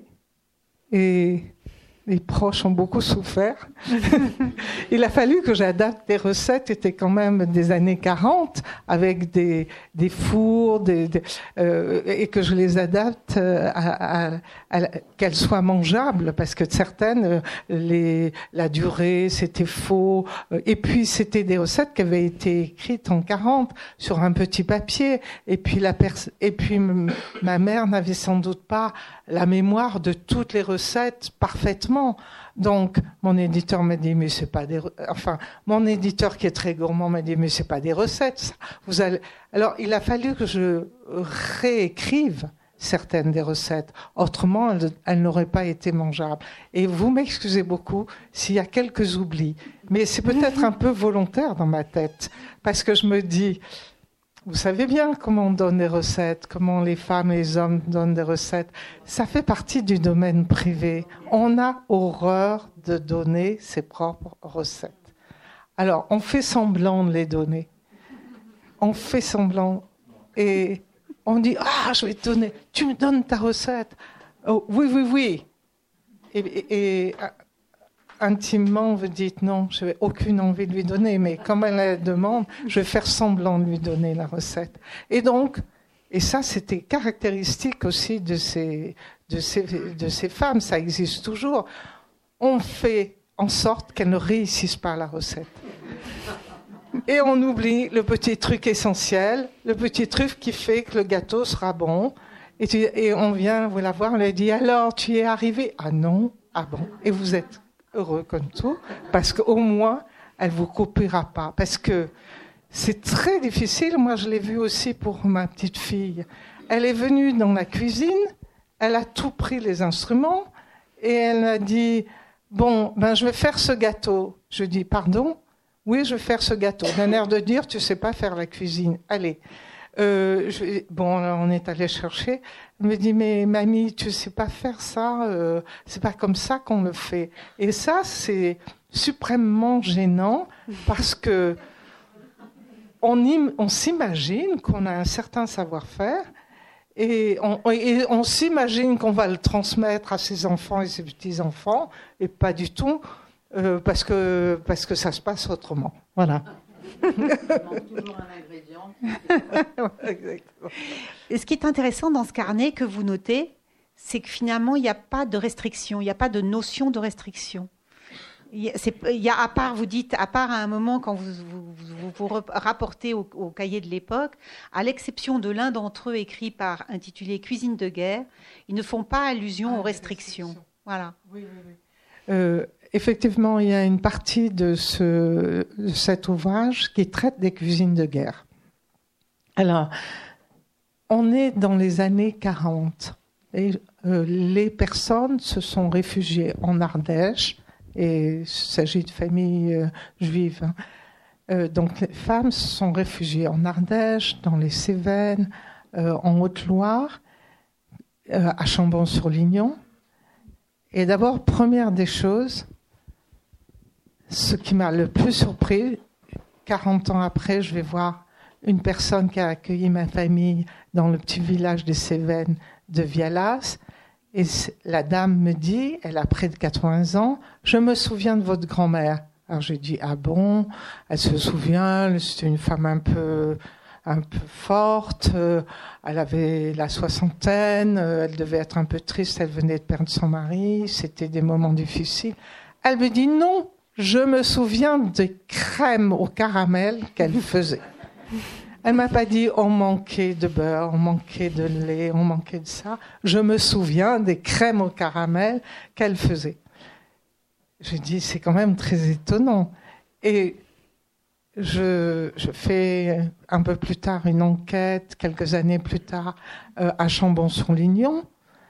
et les proches ont beaucoup souffert, il a fallu que j'adapte des recettes, c'était quand même des années quarante, avec des, des fours, des, des, euh, et que je les adapte à, à, à, qu'elles soient mangeables, parce que certaines, les, la durée, c'était faux, et puis c'était des recettes qui avaient été écrites en quarante sur un petit papier, et puis, la pers- et puis m- ma mère n'avait sans doute pas la mémoire de toutes les recettes parfaitement. Donc, mon éditeur m'a dit, mais c'est pas des, re... enfin, mon éditeur qui est très gourmand m'a dit, mais c'est pas des recettes, ça. Vous allez... Alors, il a fallu que je réécrive certaines des recettes. Autrement, elles, elles n'auraient pas été mangeables. Et vous m'excusez beaucoup s'il y a quelques oublis. Mais c'est peut-être un peu volontaire dans ma tête. Parce que je me dis, vous savez bien comment on donne des recettes, comment les femmes et les hommes donnent des recettes. Ça fait partie du domaine privé. On a horreur de donner ses propres recettes. Alors, on fait semblant de les donner. On fait semblant et on dit « Ah, je vais te donner, tu me donnes ta recette. Oh, oui, oui, oui. » Et, et, et intimement, vous dites non, je n'ai aucune envie de lui donner, mais comme elle la demande, je vais faire semblant de lui donner la recette. Et donc, et ça, c'était caractéristique aussi de ces, de ces, de ces femmes, ça existe toujours. On fait en sorte qu'elles ne réussissent pas la recette. Et on oublie le petit truc essentiel, le petit truc qui fait que le gâteau sera bon. Et, tu, et on vient vous la voir, on lui dit « Alors, tu y es arrivé ?»« Ah non, ah bon. » Et vous êtes heureux comme tout, parce qu'au moins, elle ne vous coupera pas. Parce que c'est très difficile. Moi, je l'ai vu aussi pour ma petite fille. Elle est venue dans la cuisine, elle a tout pris les instruments, et elle m'a dit « Bon, ben, je vais faire ce gâteau. » Je dis « Pardon ? Oui, je vais faire ce gâteau. » D'un air de dire « Tu ne sais pas faire la cuisine. Allez. » Euh, je, bon, on est allé chercher. Elle me dit, mais mamie, tu sais pas faire ça, euh, c'est pas comme ça qu'on le fait. Et ça, c'est suprêmement gênant parce que on, im, on s'imagine qu'on a un certain savoir-faire et on, et on s'imagine qu'on va le transmettre à ses enfants et ses petits-enfants et pas du tout euh, parce que, parce que ça se passe autrement. Voilà. Il manque toujours un ingrédient. Exactement. Et ce qui est intéressant dans ce carnet que vous notez, c'est que finalement, il n'y a pas de restriction, il n'y a pas de notion de restriction. Il y a, c'est, il y a, à part, vous dites, à part à un moment quand vous vous, vous, vous rapportez au, au cahier de l'époque, à l'exception de l'un d'entre eux écrit par, intitulé Cuisine de guerre, ils ne font pas allusion ah, aux restrictions. Voilà. Oui, oui, oui. Euh, effectivement, il y a une partie de, ce, de cet ouvrage qui traite des cuisines de guerre. Alors, on est dans les années quarante et euh, les personnes se sont réfugiées en Ardèche, et il s'agit de familles euh, juives. Hein. Euh, donc, les femmes se sont réfugiées en Ardèche, dans les Cévennes, euh, en Haute-Loire, euh, à Chambon-sur-Lignon. Et d'abord, première des choses, ce qui m'a le plus surpris, quarante ans après, je vais voir une personne qui a accueilli ma famille dans le petit village des Cévennes de Vialas. Et la dame me dit, elle a près de quatre-vingts ans, « Je me souviens de votre grand-mère. » Alors j'ai dit, « Ah bon ?» Elle se souvient, c'était une femme un peu, un peu forte, elle avait la soixantaine, elle devait être un peu triste, elle venait de perdre son mari, c'était des moments difficiles. Elle me dit, « Non, je me souviens des crèmes au caramel qu'elle faisait. » Elle m'a pas dit on manquait de beurre, on manquait de lait, on manquait de ça. Je me souviens des crèmes au caramel qu'elle faisait. J'ai dit c'est quand même très étonnant. Et je, je fais un peu plus tard une enquête, quelques années plus tard, euh, à Chambon-sur-Lignon.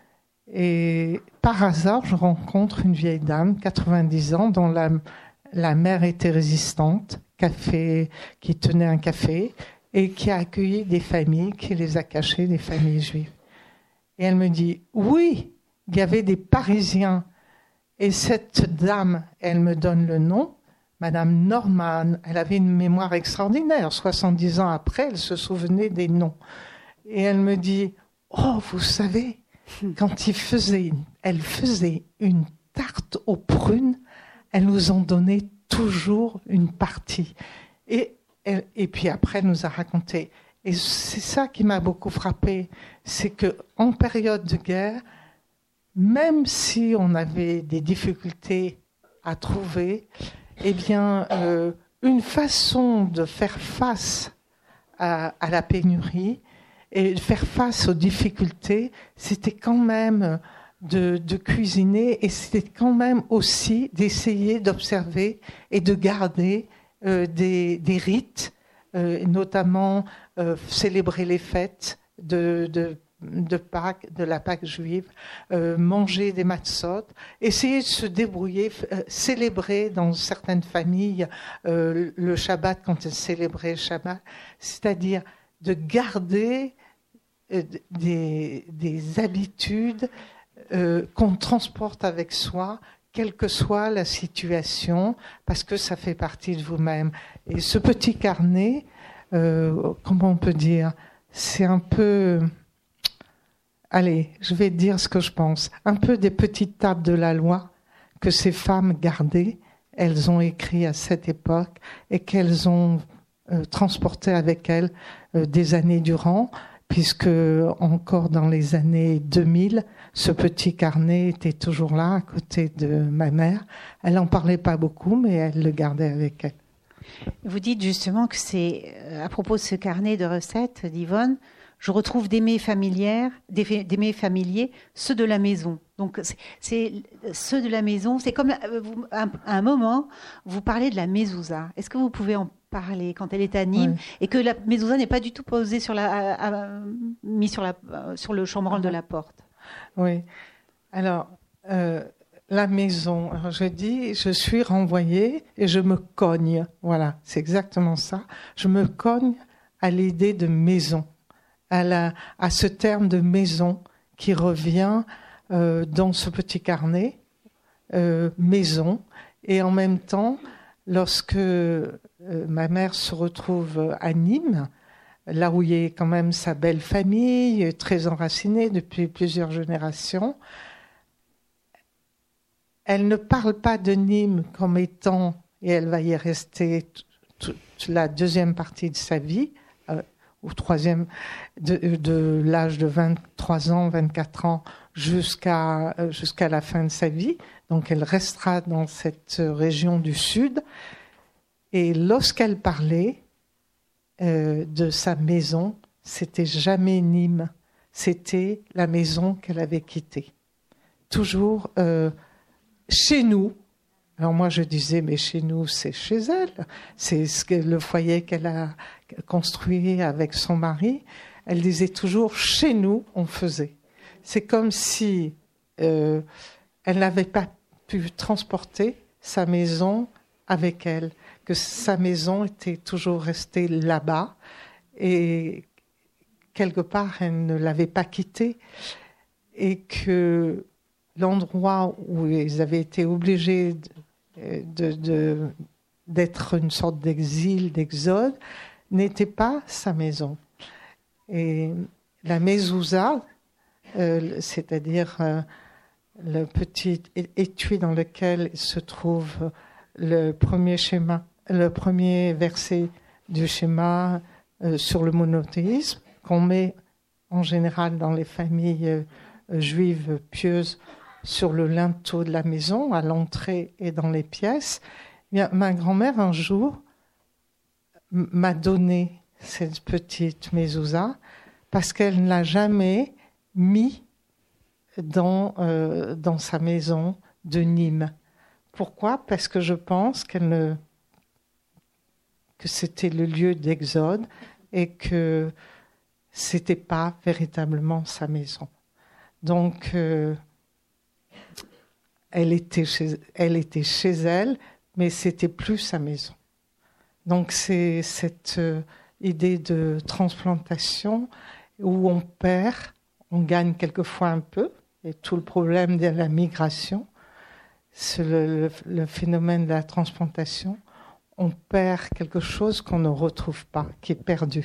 Et par hasard, je rencontre une vieille dame, quatre-vingt-dix ans, dont la, la mère était résistante, café, qui tenait un café, et qui a accueilli des familles, qui les a cachées, des familles juives. Et elle me dit, oui, il y avait des Parisiens. Et cette dame, elle me donne le nom, Madame Norman, elle avait une mémoire extraordinaire. soixante-dix ans après, elle se souvenait des noms. Et elle me dit, oh, vous savez, quand il faisait, elle faisait une tarte aux prunes, elle nous en donnait toujours une partie. Et Et, et puis après, elle nous a raconté. Et c'est ça qui m'a beaucoup frappé, c'est qu'en période de guerre, même si on avait des difficultés à trouver, eh bien, euh, une façon de faire face à, à la pénurie et de faire face aux difficultés, c'était quand même de, de cuisiner et c'était quand même aussi d'essayer d'observer et de garder Euh, des, des rites, euh, notamment euh, célébrer les fêtes de, de, de Pâques, de la Pâque juive, euh, manger des matzot, essayer de se débrouiller, euh, célébrer dans certaines familles euh, le Shabbat quand elles célébraient le Shabbat, c'est-à-dire de garder euh, des, des habitudes euh, qu'on transporte avec soi, quelle que soit la situation, parce que ça fait partie de vous-même. Et ce petit carnet, euh, comment on peut dire, c'est un peu, allez, je vais dire ce que je pense, un peu des petites tables de la loi que ces femmes gardaient, elles ont écrit à cette époque et qu'elles ont euh, transporté avec elles euh, des années durant, puisque encore dans les années deux mille, ce petit carnet était toujours là, à côté de ma mère. Elle n'en parlait pas beaucoup, mais elle le gardait avec elle. Vous dites justement que c'est, à propos de ce carnet de recettes d'Yvonne, je retrouve des mets familières, des, des mets familiers, ceux de la maison. Donc, c'est, c'est ceux de la maison. C'est comme, vous, à un moment, vous parlez de la mezouza. Est-ce que vous pouvez en parler quand elle est à Nîmes, oui. Et que la mezouza n'est pas du tout posée sur la, à, à, mis sur, la, sur le chambranle de la porte? Oui. Alors, euh, la maison, alors je dis, je suis renvoyée et je me cogne. Voilà, c'est exactement ça. Je me cogne à l'idée de maison, à, la, à ce terme de maison qui revient euh, dans ce petit carnet, euh, maison. Et en même temps, lorsque euh, ma mère se retrouve à Nîmes, là où il y a quand même sa belle famille, très enracinée depuis plusieurs générations, elle ne parle pas de Nîmes comme étant, et elle va y rester toute la deuxième partie de sa vie, euh, ou troisième, de, de l'âge de vingt-trois ans, vingt-quatre ans, jusqu'à, euh, jusqu'à la fin de sa vie. Donc elle restera dans cette région du Sud. Et lorsqu'elle parlait euh, de sa maison, c'était jamais Nîmes, c'était la maison qu'elle avait quittée. toujours euh, chez nous. Alors moi, je disais, mais chez nous, c'est chez elle. C'est ce que, le foyer qu'elle a construit avec son mari. Elle disait toujours, chez nous, on faisait. C'est comme si euh, elle n'avait pas pu transporter sa maison avec elle, que sa maison était toujours restée là-bas et quelque part, elle ne l'avait pas quittée et que l'endroit où ils avaient été obligés de, de, de, d'être une sorte d'exil, d'exode, n'était pas sa maison. Et la mezouza, euh, c'est-à-dire euh, le petit étui dans lequel se trouve le premier schéma, le premier verset du schéma euh, sur le monothéisme, qu'on met en général dans les familles euh, juives pieuses sur le linteau de la maison, à l'entrée et dans les pièces. Eh bien, ma grand-mère, un jour, m- m'a donné cette petite mezouza parce qu'elle ne l'a jamais mis dans, euh, dans sa maison de Nîmes. Pourquoi ? Parce que je pense qu'elle ne, que c'était le lieu d'exode et que c'était pas véritablement sa maison. Donc, euh, elle était chez, elle était chez elle, mais c'était plus sa maison. Donc, c'est cette euh, idée de transplantation où on perd, on gagne quelquefois un peu, et tout le problème de la migration, c'est le, le, le phénomène de la transplantation, on perd quelque chose qu'on ne retrouve pas, qui est perdu.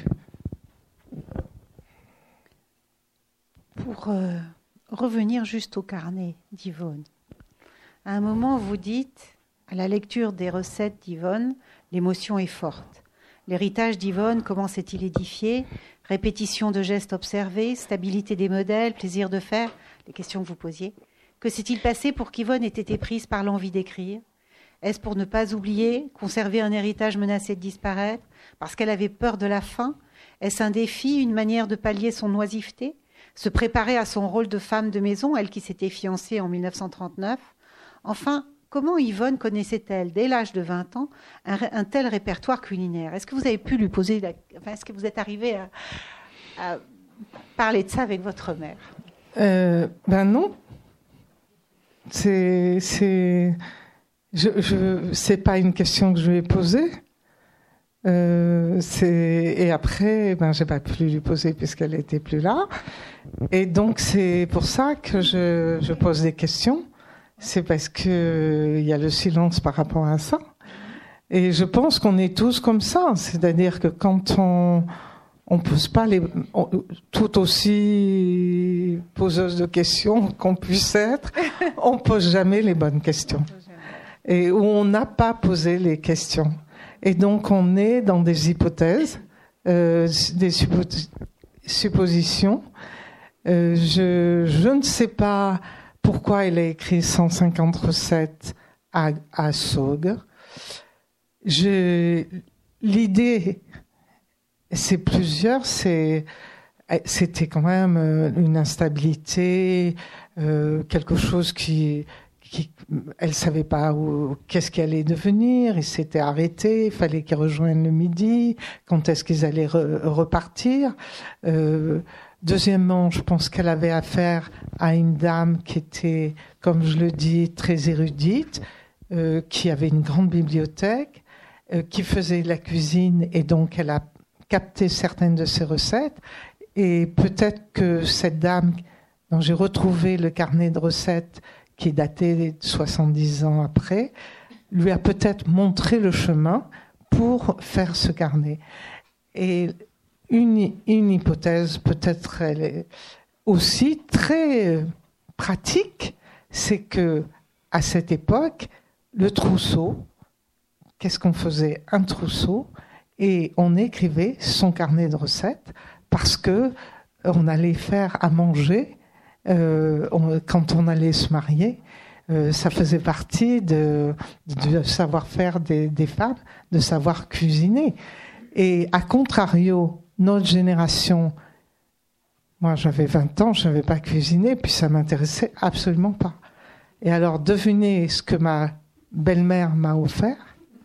Pour euh, revenir juste au carnet d'Yvonne, à un moment, vous dites, à la lecture des recettes d'Yvonne, l'émotion est forte. L'héritage d'Yvonne, comment s'est-il édifié ? Répétition de gestes observés, stabilité des modèles, plaisir de faire, les questions que vous posiez. Que s'est-il passé pour qu'Yvonne ait été prise par l'envie d'écrire ? Est-ce pour ne pas oublier, conserver un héritage menacé de disparaître, parce qu'elle avait peur de la fin ? Est-ce un défi, une manière de pallier son oisiveté ? Se préparer à son rôle de femme de maison, elle qui s'était fiancée en dix-neuf cent trente-neuf ? Enfin, comment Yvonne connaissait-elle, dès l'âge de vingt ans, un, un tel répertoire culinaire ? Est-ce que vous avez pu lui poser... La... Enfin, est-ce que vous êtes arrivé à, à parler de ça avec votre mère ? euh, Ben non. C'est... c'est... Je, je, c'est pas une question que je lui ai posée. Euh, c'est, et après, ben, j'ai pas pu lui poser puisqu'elle était plus là. Et donc, c'est pour ça que je, je pose des questions. C'est parce que il y a le silence par rapport à ça. Et je pense qu'on est tous comme ça. C'est-à-dire que quand on, on pose pas les, on, tout aussi poseuse de questions qu'on puisse être, on pose jamais les bonnes questions. Et où on n'a pas posé les questions. Et donc, on est dans des hypothèses, euh, des suppo- suppositions. Euh, je, je ne sais pas pourquoi il a écrit cent cinquante recettes à, à Saugues. Je, l'idée, c'est plusieurs, c'est, c'était quand même une instabilité, euh, quelque chose qui... Qui, elle savait pas où, qu'est-ce qu'elle allait devenir. Ils s'étaient arrêtés. Il fallait qu'ils rejoignent le midi. Quand est-ce qu'ils allaient re, repartir? euh, Deuxièmement, je pense qu'elle avait affaire à une dame qui était, comme je le dis, très érudite, euh, qui avait une grande bibliothèque, euh, qui faisait la cuisine, et donc elle a capté certaines de ses recettes. Et peut-être que cette dame, dont j'ai retrouvé le carnet de recettes, qui est daté de soixante-dix ans après, lui a peut-être montré le chemin pour faire ce carnet. Et une, une hypothèse, peut-être elle est aussi très pratique, c'est que à cette époque, le trousseau, qu'est-ce qu'on faisait ? Un trousseau, et on écrivait son carnet de recettes parce que on allait faire à manger. Euh, on, quand on allait se marier, euh, ça faisait partie de, de savoir-faire des, des femmes, de savoir cuisiner. Et à contrario, notre génération Moi, j'avais vingt ans, je ne savais pas cuisiner, puis ça m'intéressait absolument pas. Et alors, devinez ce que ma belle-mère m'a offert.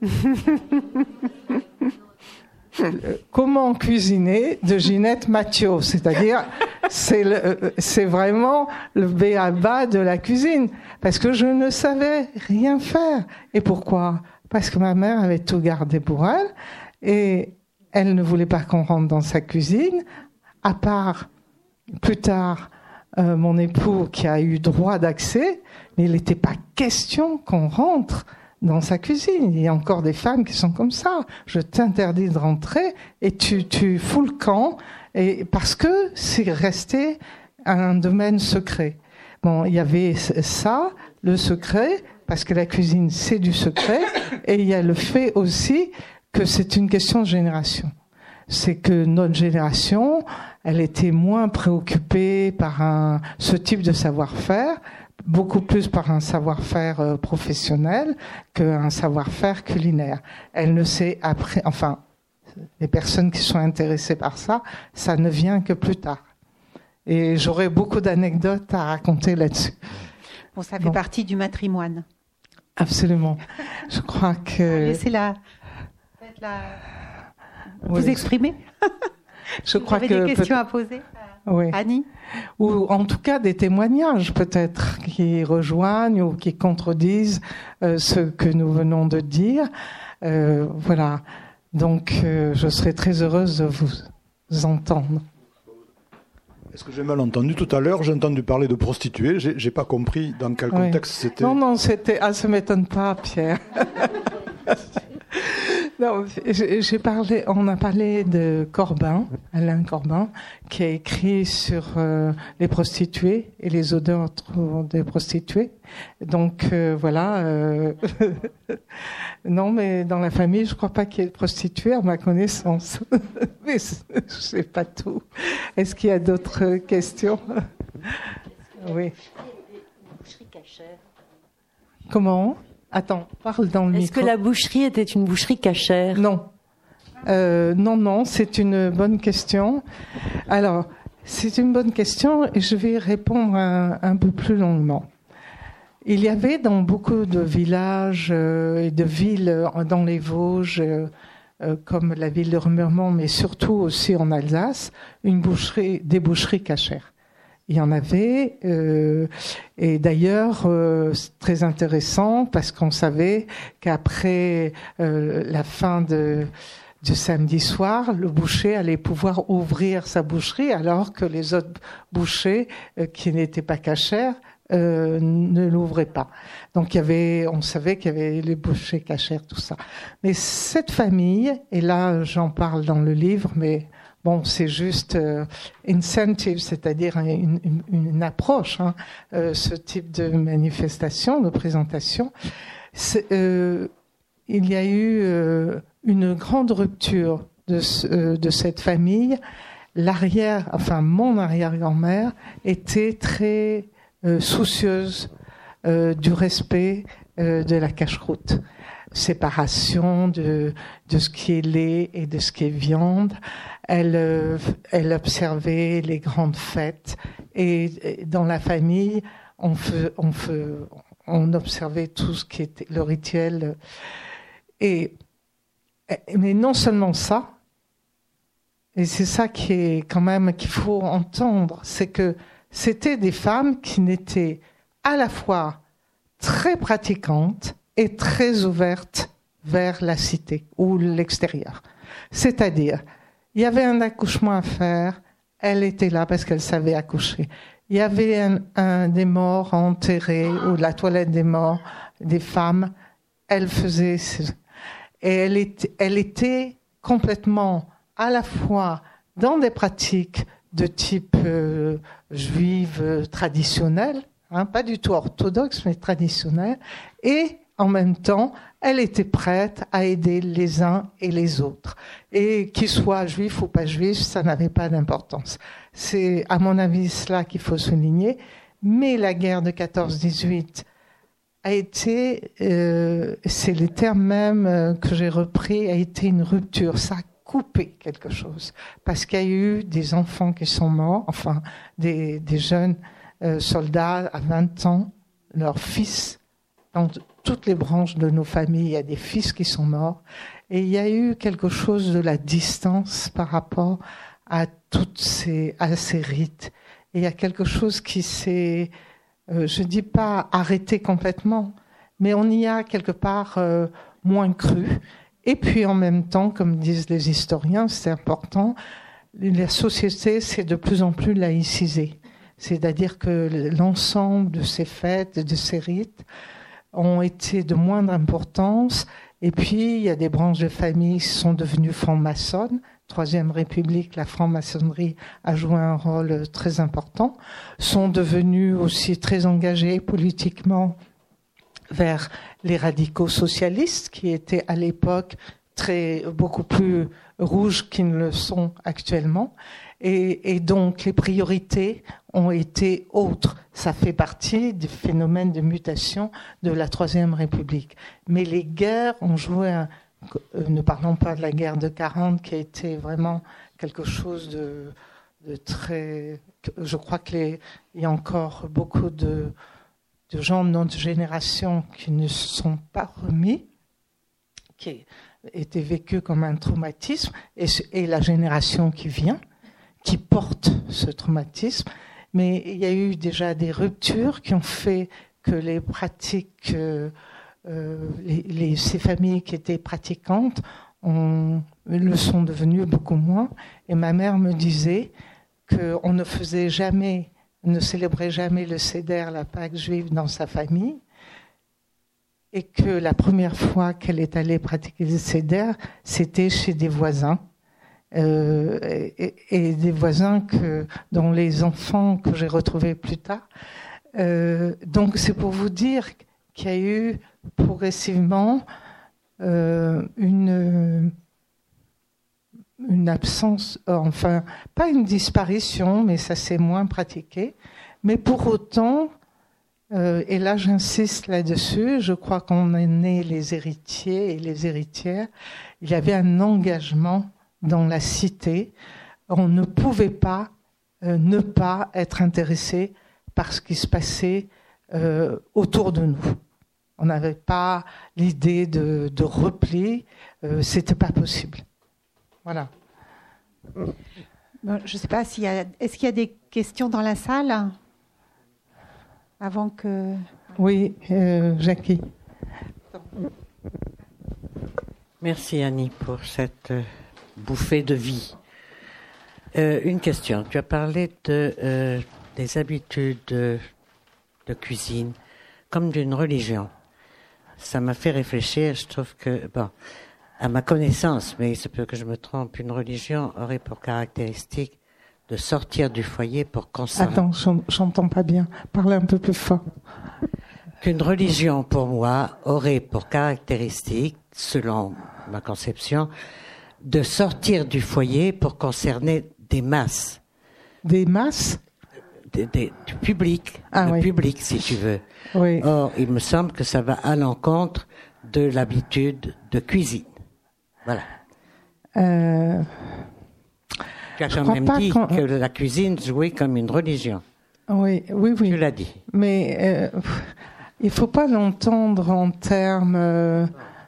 Comment cuisiner de Ginette Mathieu, c'est-à-dire c'est, le, c'est vraiment le b a ba de la cuisine, parce que je ne savais rien faire. Et pourquoi ? Parce que ma mère avait tout gardé pour elle, et elle ne voulait pas qu'on rentre dans sa cuisine, à part plus tard euh, mon époux qui a eu droit d'accès, mais il n'était pas question qu'on rentre dans sa cuisine. Il y a encore des femmes qui sont comme ça. Je t'interdis de rentrer et tu, tu fous le camp, et parce que c'est resté un domaine secret. Bon, il y avait ça, le secret, parce que la cuisine, c'est du secret, et il y a le fait aussi que c'est une question de génération. C'est que notre génération, elle était moins préoccupée par un, ce type de savoir-faire, beaucoup plus par un savoir-faire euh, professionnel qu'un savoir-faire culinaire. Elle ne sait après, enfin, les personnes qui sont intéressées par ça, ça ne vient que plus tard. Et j'aurais beaucoup d'anecdotes à raconter là-dessus. Bon, ça fait Bon. partie du matrimoine. Absolument. Je crois que... Laissez-la. Faites-la. Oui. Vous exprimer. Je Vous crois avez que des questions peut- à poser, oui. Annie? Ou en tout cas des témoignages peut-être qui rejoignent ou qui contredisent euh, ce que nous venons de dire. Euh, voilà. Donc euh, je serais très heureuse de vous entendre. Est-ce que j'ai mal entendu tout à l'heure? J'ai entendu parler de prostituées. J'ai, j'ai pas compris dans quel Oui. contexte c'était. Non, non, c'était... Ah, ça m'étonne pas, Pierre. Non, j'ai j'ai parlé, on a parlé de Corbin, Alain Corbin, qui a écrit sur euh, les prostituées et les odeurs des prostituées. Donc euh, voilà. Euh, non, mais dans la famille, je crois pas qu'il y ait de prostituées, à ma connaissance. Mais je sais pas tout. Est-ce qu'il y a d'autres questions? Oui. Comment? Attends, parle dans le Est-ce micro. que la boucherie était une boucherie cachère? Non. Euh, non, non, c'est une bonne question. Alors, c'est une bonne question et je vais y répondre un, un peu plus longuement. Il y avait dans beaucoup de villages euh, et de villes euh, dans les Vosges, euh, euh, comme la ville de Remiremont, mais surtout aussi en Alsace, une boucherie, des boucheries cachères. Il y en avait, euh, et d'ailleurs, euh, c'est très intéressant parce qu'on savait qu'après euh, la fin de, du samedi soir, le boucher allait pouvoir ouvrir sa boucherie alors que les autres bouchers euh, qui n'étaient pas cachères euh, ne l'ouvraient pas. Donc il y avait, on savait qu'il y avait les bouchers cachères, tout ça. Mais cette famille, et là j'en parle dans le livre, mais bon, c'est juste euh, incentive, c'est-à-dire une, une, une approche, hein, euh, ce type de manifestation, de présentation. C'est, euh, il y a eu euh, une grande rupture de, ce, euh, de cette famille. L'arrière, enfin mon arrière-grand-mère était très euh, soucieuse euh, du respect euh, de la cache-croûte. Séparation de, de ce qui est lait et de ce qui est viande. Elle, euh, elle observait les grandes fêtes et, et dans la famille, on, fait, on, fait, on observait tout ce qui était le rituel. Et, mais non seulement ça, et c'est ça qui est quand même qu'il faut entendre, c'est que c'était des femmes qui n'étaient à la fois très pratiquantes et très ouverte vers la cité ou l'extérieur. C'est-à-dire, il y avait un accouchement à faire, elle était là parce qu'elle savait accoucher. Il y avait un, un des morts enterrés ou la toilette des morts, des femmes, elle faisait... Et elle était, elle était complètement à la fois dans des pratiques de type euh, juive euh, traditionnelle, hein, pas du tout orthodoxe, mais traditionnelle, et en même temps, elle était prête à aider les uns et les autres. Et qu'ils soient juifs ou pas juifs, ça n'avait pas d'importance. C'est, à mon avis, cela qu'il faut souligner. Mais la guerre de quatorze dix-huit a été, euh, c'est les termes même que j'ai repris, a été une rupture. Ça a couper quelque chose. Parce qu'il y a eu des enfants qui sont morts, enfin, des, des jeunes euh, soldats à vingt ans, leurs fils, dans toutes les branches de nos familles, il y a des fils qui sont morts. Et il y a eu quelque chose de la distance par rapport à toutes ces, à ces rites. Et il y a quelque chose qui s'est, euh, je dis pas arrêté complètement, mais on y a quelque part euh, moins cru. Et puis en même temps, comme disent les historiens, c'est important, la société s'est de plus en plus laïcisée. C'est-à-dire que l'ensemble de ces fêtes, de ces rites, ont été de moindre importance. Et puis, il y a des branches de famille qui sont devenues francs-maçonnes. Troisième République, la franc-maçonnerie a joué un rôle très important. Sont devenus aussi très engagés politiquement vers les radicaux socialistes, qui étaient à l'époque très, beaucoup plus rouges qu'ils ne le sont actuellement. Et, et donc, les priorités ont été autres. Ça fait partie du phénomène de mutation de la Troisième République. Mais les guerres ont joué un... Ne parlons pas de la guerre de quarante, qui a été vraiment quelque chose de, de très... Je crois qu'il y a encore beaucoup de, de gens de notre génération qui ne se sont pas remis, qui étaient vécus comme un traumatisme, et, et la génération qui vient, qui porte ce traumatisme. Mais il y a eu déjà des ruptures qui ont fait que les pratiques, euh, les, les, ces familles qui étaient pratiquantes ont, le sont devenues beaucoup moins. Et ma mère me disait qu'on ne faisait jamais, ne célébrait jamais le Seder, la Pâque juive, dans sa famille, et que la première fois qu'elle est allée pratiquer le Seder, c'était chez des voisins. Euh, et, et des voisins que, dont les enfants que j'ai retrouvés plus tard. Euh, donc c'est pour vous dire qu'il y a eu progressivement euh, une, une absence, enfin pas une disparition, mais ça s'est moins pratiqué. Mais pour autant, euh, et là j'insiste là-dessus, je crois qu'on est né les héritiers et les héritières, il y avait un engagement dans la cité. On ne pouvait pas euh, ne pas être intéressé par ce qui se passait euh, autour de nous. On n'avait pas l'idée de, de repli, euh, c'était pas possible. Voilà. Bon, je ne sais pas s'il y a, est-ce qu'il y a des questions dans la salle avant que. Oui, euh, Jackie. Merci Annie pour cette bouffée de vie. Euh, une question. Tu as parlé de, euh, des habitudes de, de cuisine comme d'une religion. Ça m'a fait réfléchir. Je trouve que, bon, à ma connaissance, mais il se peut que je me trompe, une religion aurait pour caractéristique de sortir du foyer pour conserver. Attends, j'entends pas bien. Parlez un peu plus fort. Qu'une religion, pour moi, aurait pour caractéristique, selon ma conception, de sortir du foyer pour concerner des masses. Des masses ? Des, des, du public, ah, le oui. public, si tu veux. Oui. Or, il me semble que ça va à l'encontre de l'habitude de cuisine. Voilà. Euh... Tu as quand même dit qu'on... que la cuisine jouait comme une religion. Oui, oui, oui. Tu l'as dit. Mais euh, il ne faut pas l'entendre en termes... Euh...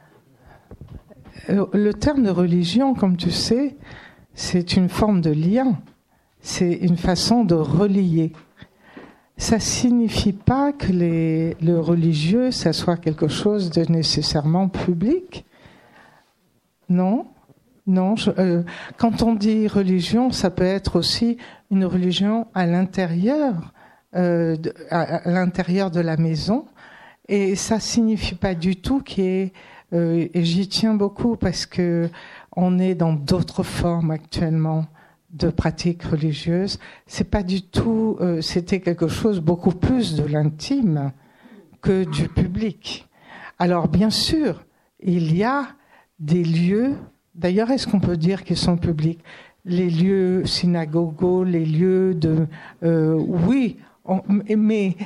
Le terme de religion, comme tu sais, c'est une forme de lien. C'est une façon de relier. Ça ne signifie pas que les, le religieux, ça soit quelque chose de nécessairement public. Non, non. Je, euh, quand on dit religion, ça peut être aussi une religion à l'intérieur, euh, de, à, à l'intérieur de la maison. Et ça ne signifie pas du tout qu'il y ait... Euh, et j'y tiens beaucoup parce que on est dans d'autres formes actuellement de pratiques religieuses. C'est pas du tout. Euh, c'était quelque chose beaucoup plus de l'intime que du public. Alors bien sûr, il y a des lieux. D'ailleurs, est-ce qu'on peut dire qu'ils sont publics ? Les lieux synagogaux, les lieux de. Euh, oui, on, mais.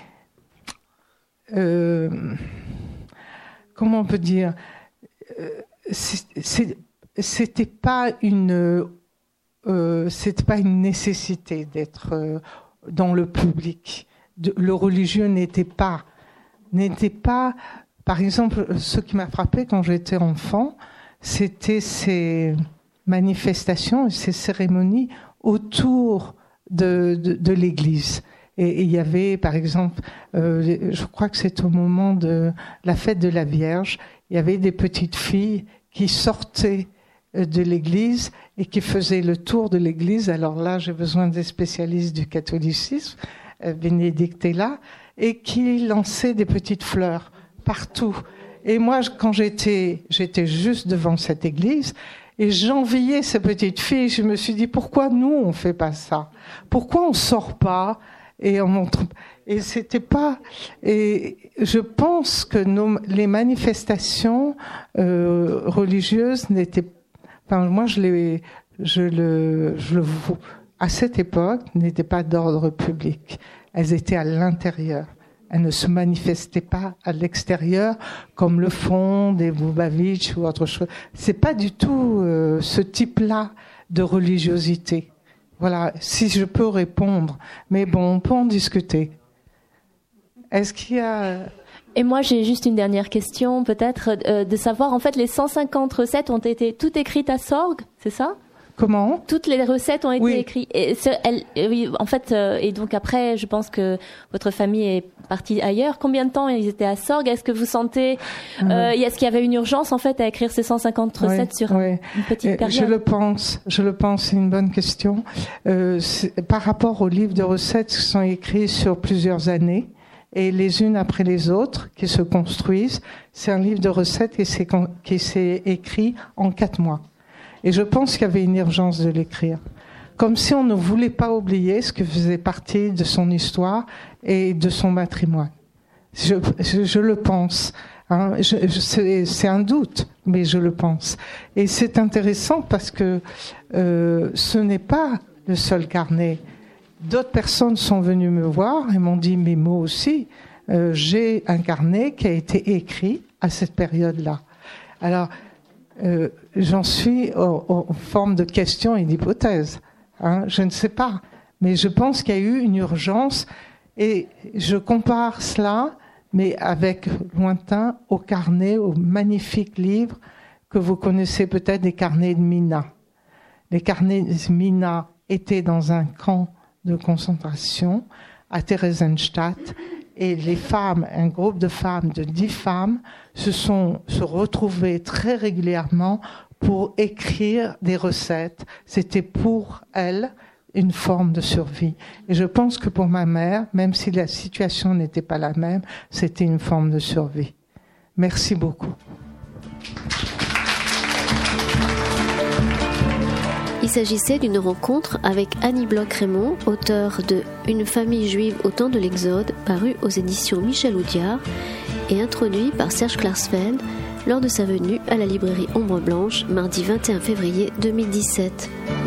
Euh, Comment on peut dire c'est, c'est, c'était pas une, euh, c'était pas une nécessité d'être euh, dans le public. De, le religieux n'était pas, n'était pas, par exemple, ce qui m'a frappé quand j'étais enfant, c'était ces manifestations et ces cérémonies autour de, de, de l'église. Et il y avait, par exemple, euh, je crois que c'est au moment de la fête de la Vierge, il y avait des petites filles qui sortaient de l'église et qui faisaient le tour de l'église. Alors là, j'ai besoin des spécialistes du catholicisme, euh, Bénédicte est là, et qui lançaient des petites fleurs partout. Et moi, quand j'étais, j'étais juste devant cette église, et j'enviais ces petites filles. Je me suis dit, pourquoi nous, on fait pas ça? Pourquoi on sort pas et on montre? Et c'était pas. Et je pense que nos, les manifestations euh, religieuses n'étaient. Enfin, moi, je les, je le, je le, à cette époque, n'étaient pas d'ordre public. Elles étaient à l'intérieur. Elles ne se manifestaient pas à l'extérieur comme le font des Lubavitch ou autre chose. C'est pas du tout euh, ce type-là de religiosité. Voilà, si je peux répondre. Mais bon, on peut en discuter. Est-ce qu'il y a... Et moi, j'ai juste une dernière question, peut-être, euh, de savoir, en fait, les cent cinquante recettes ont été toutes écrites à Sorgues, c'est ça ? Comment ? Toutes les recettes ont été oui. écrites. Et elle, oui, en fait, euh, et donc après, je pense que votre famille est partie ailleurs. Combien de temps ils étaient à Sorgues ? Est-ce que vous sentez, euh, oui. est-ce qu'il y avait une urgence en fait à écrire ces cent cinquante recettes oui, sur oui. une petite période ? Je le pense. Je le pense. C'est une bonne question. Euh, par rapport aux livres de recettes qui sont écrits sur plusieurs années et les unes après les autres qui se construisent, c'est un livre de recettes qui s'est, qui s'est écrit en quatre mois. Et je pense qu'il y avait une urgence de l'écrire. Comme si on ne voulait pas oublier ce qui faisait partie de son histoire et de son patrimoine. Je, je, je le pense. Hein. Je, je, c'est, c'est un doute, mais je le pense. Et c'est intéressant parce que euh, ce n'est pas le seul carnet. D'autres personnes sont venues me voir et m'ont dit, mais moi aussi, euh, j'ai un carnet qui a été écrit à cette période-là. Alors, Euh, j'en suis en forme de question et d'hypothèse. Hein, je ne sais pas. Mais je pense qu'il y a eu une urgence et je compare cela, mais avec lointain, au carnet, aux magnifiques livres que vous connaissez peut-être, des carnets de Mina. Les carnets de Mina étaient dans un camp de concentration à Theresienstadt. Et les femmes, un groupe de femmes, de dix femmes, se sont se retrouvées très régulièrement pour écrire des recettes. C'était pour elles une forme de survie. Et je pense que pour ma mère, même si la situation n'était pas la même, c'était une forme de survie. Merci beaucoup. Il s'agissait d'une rencontre avec Annie Bloch-Raymond, auteure de Une famille juive au temps de l'Exode, paru aux éditions Michel Audiard, et introduit par Serge Klarsfeld lors de sa venue à la librairie Ombre Blanche, mardi vingt et un février deux mille dix-sept.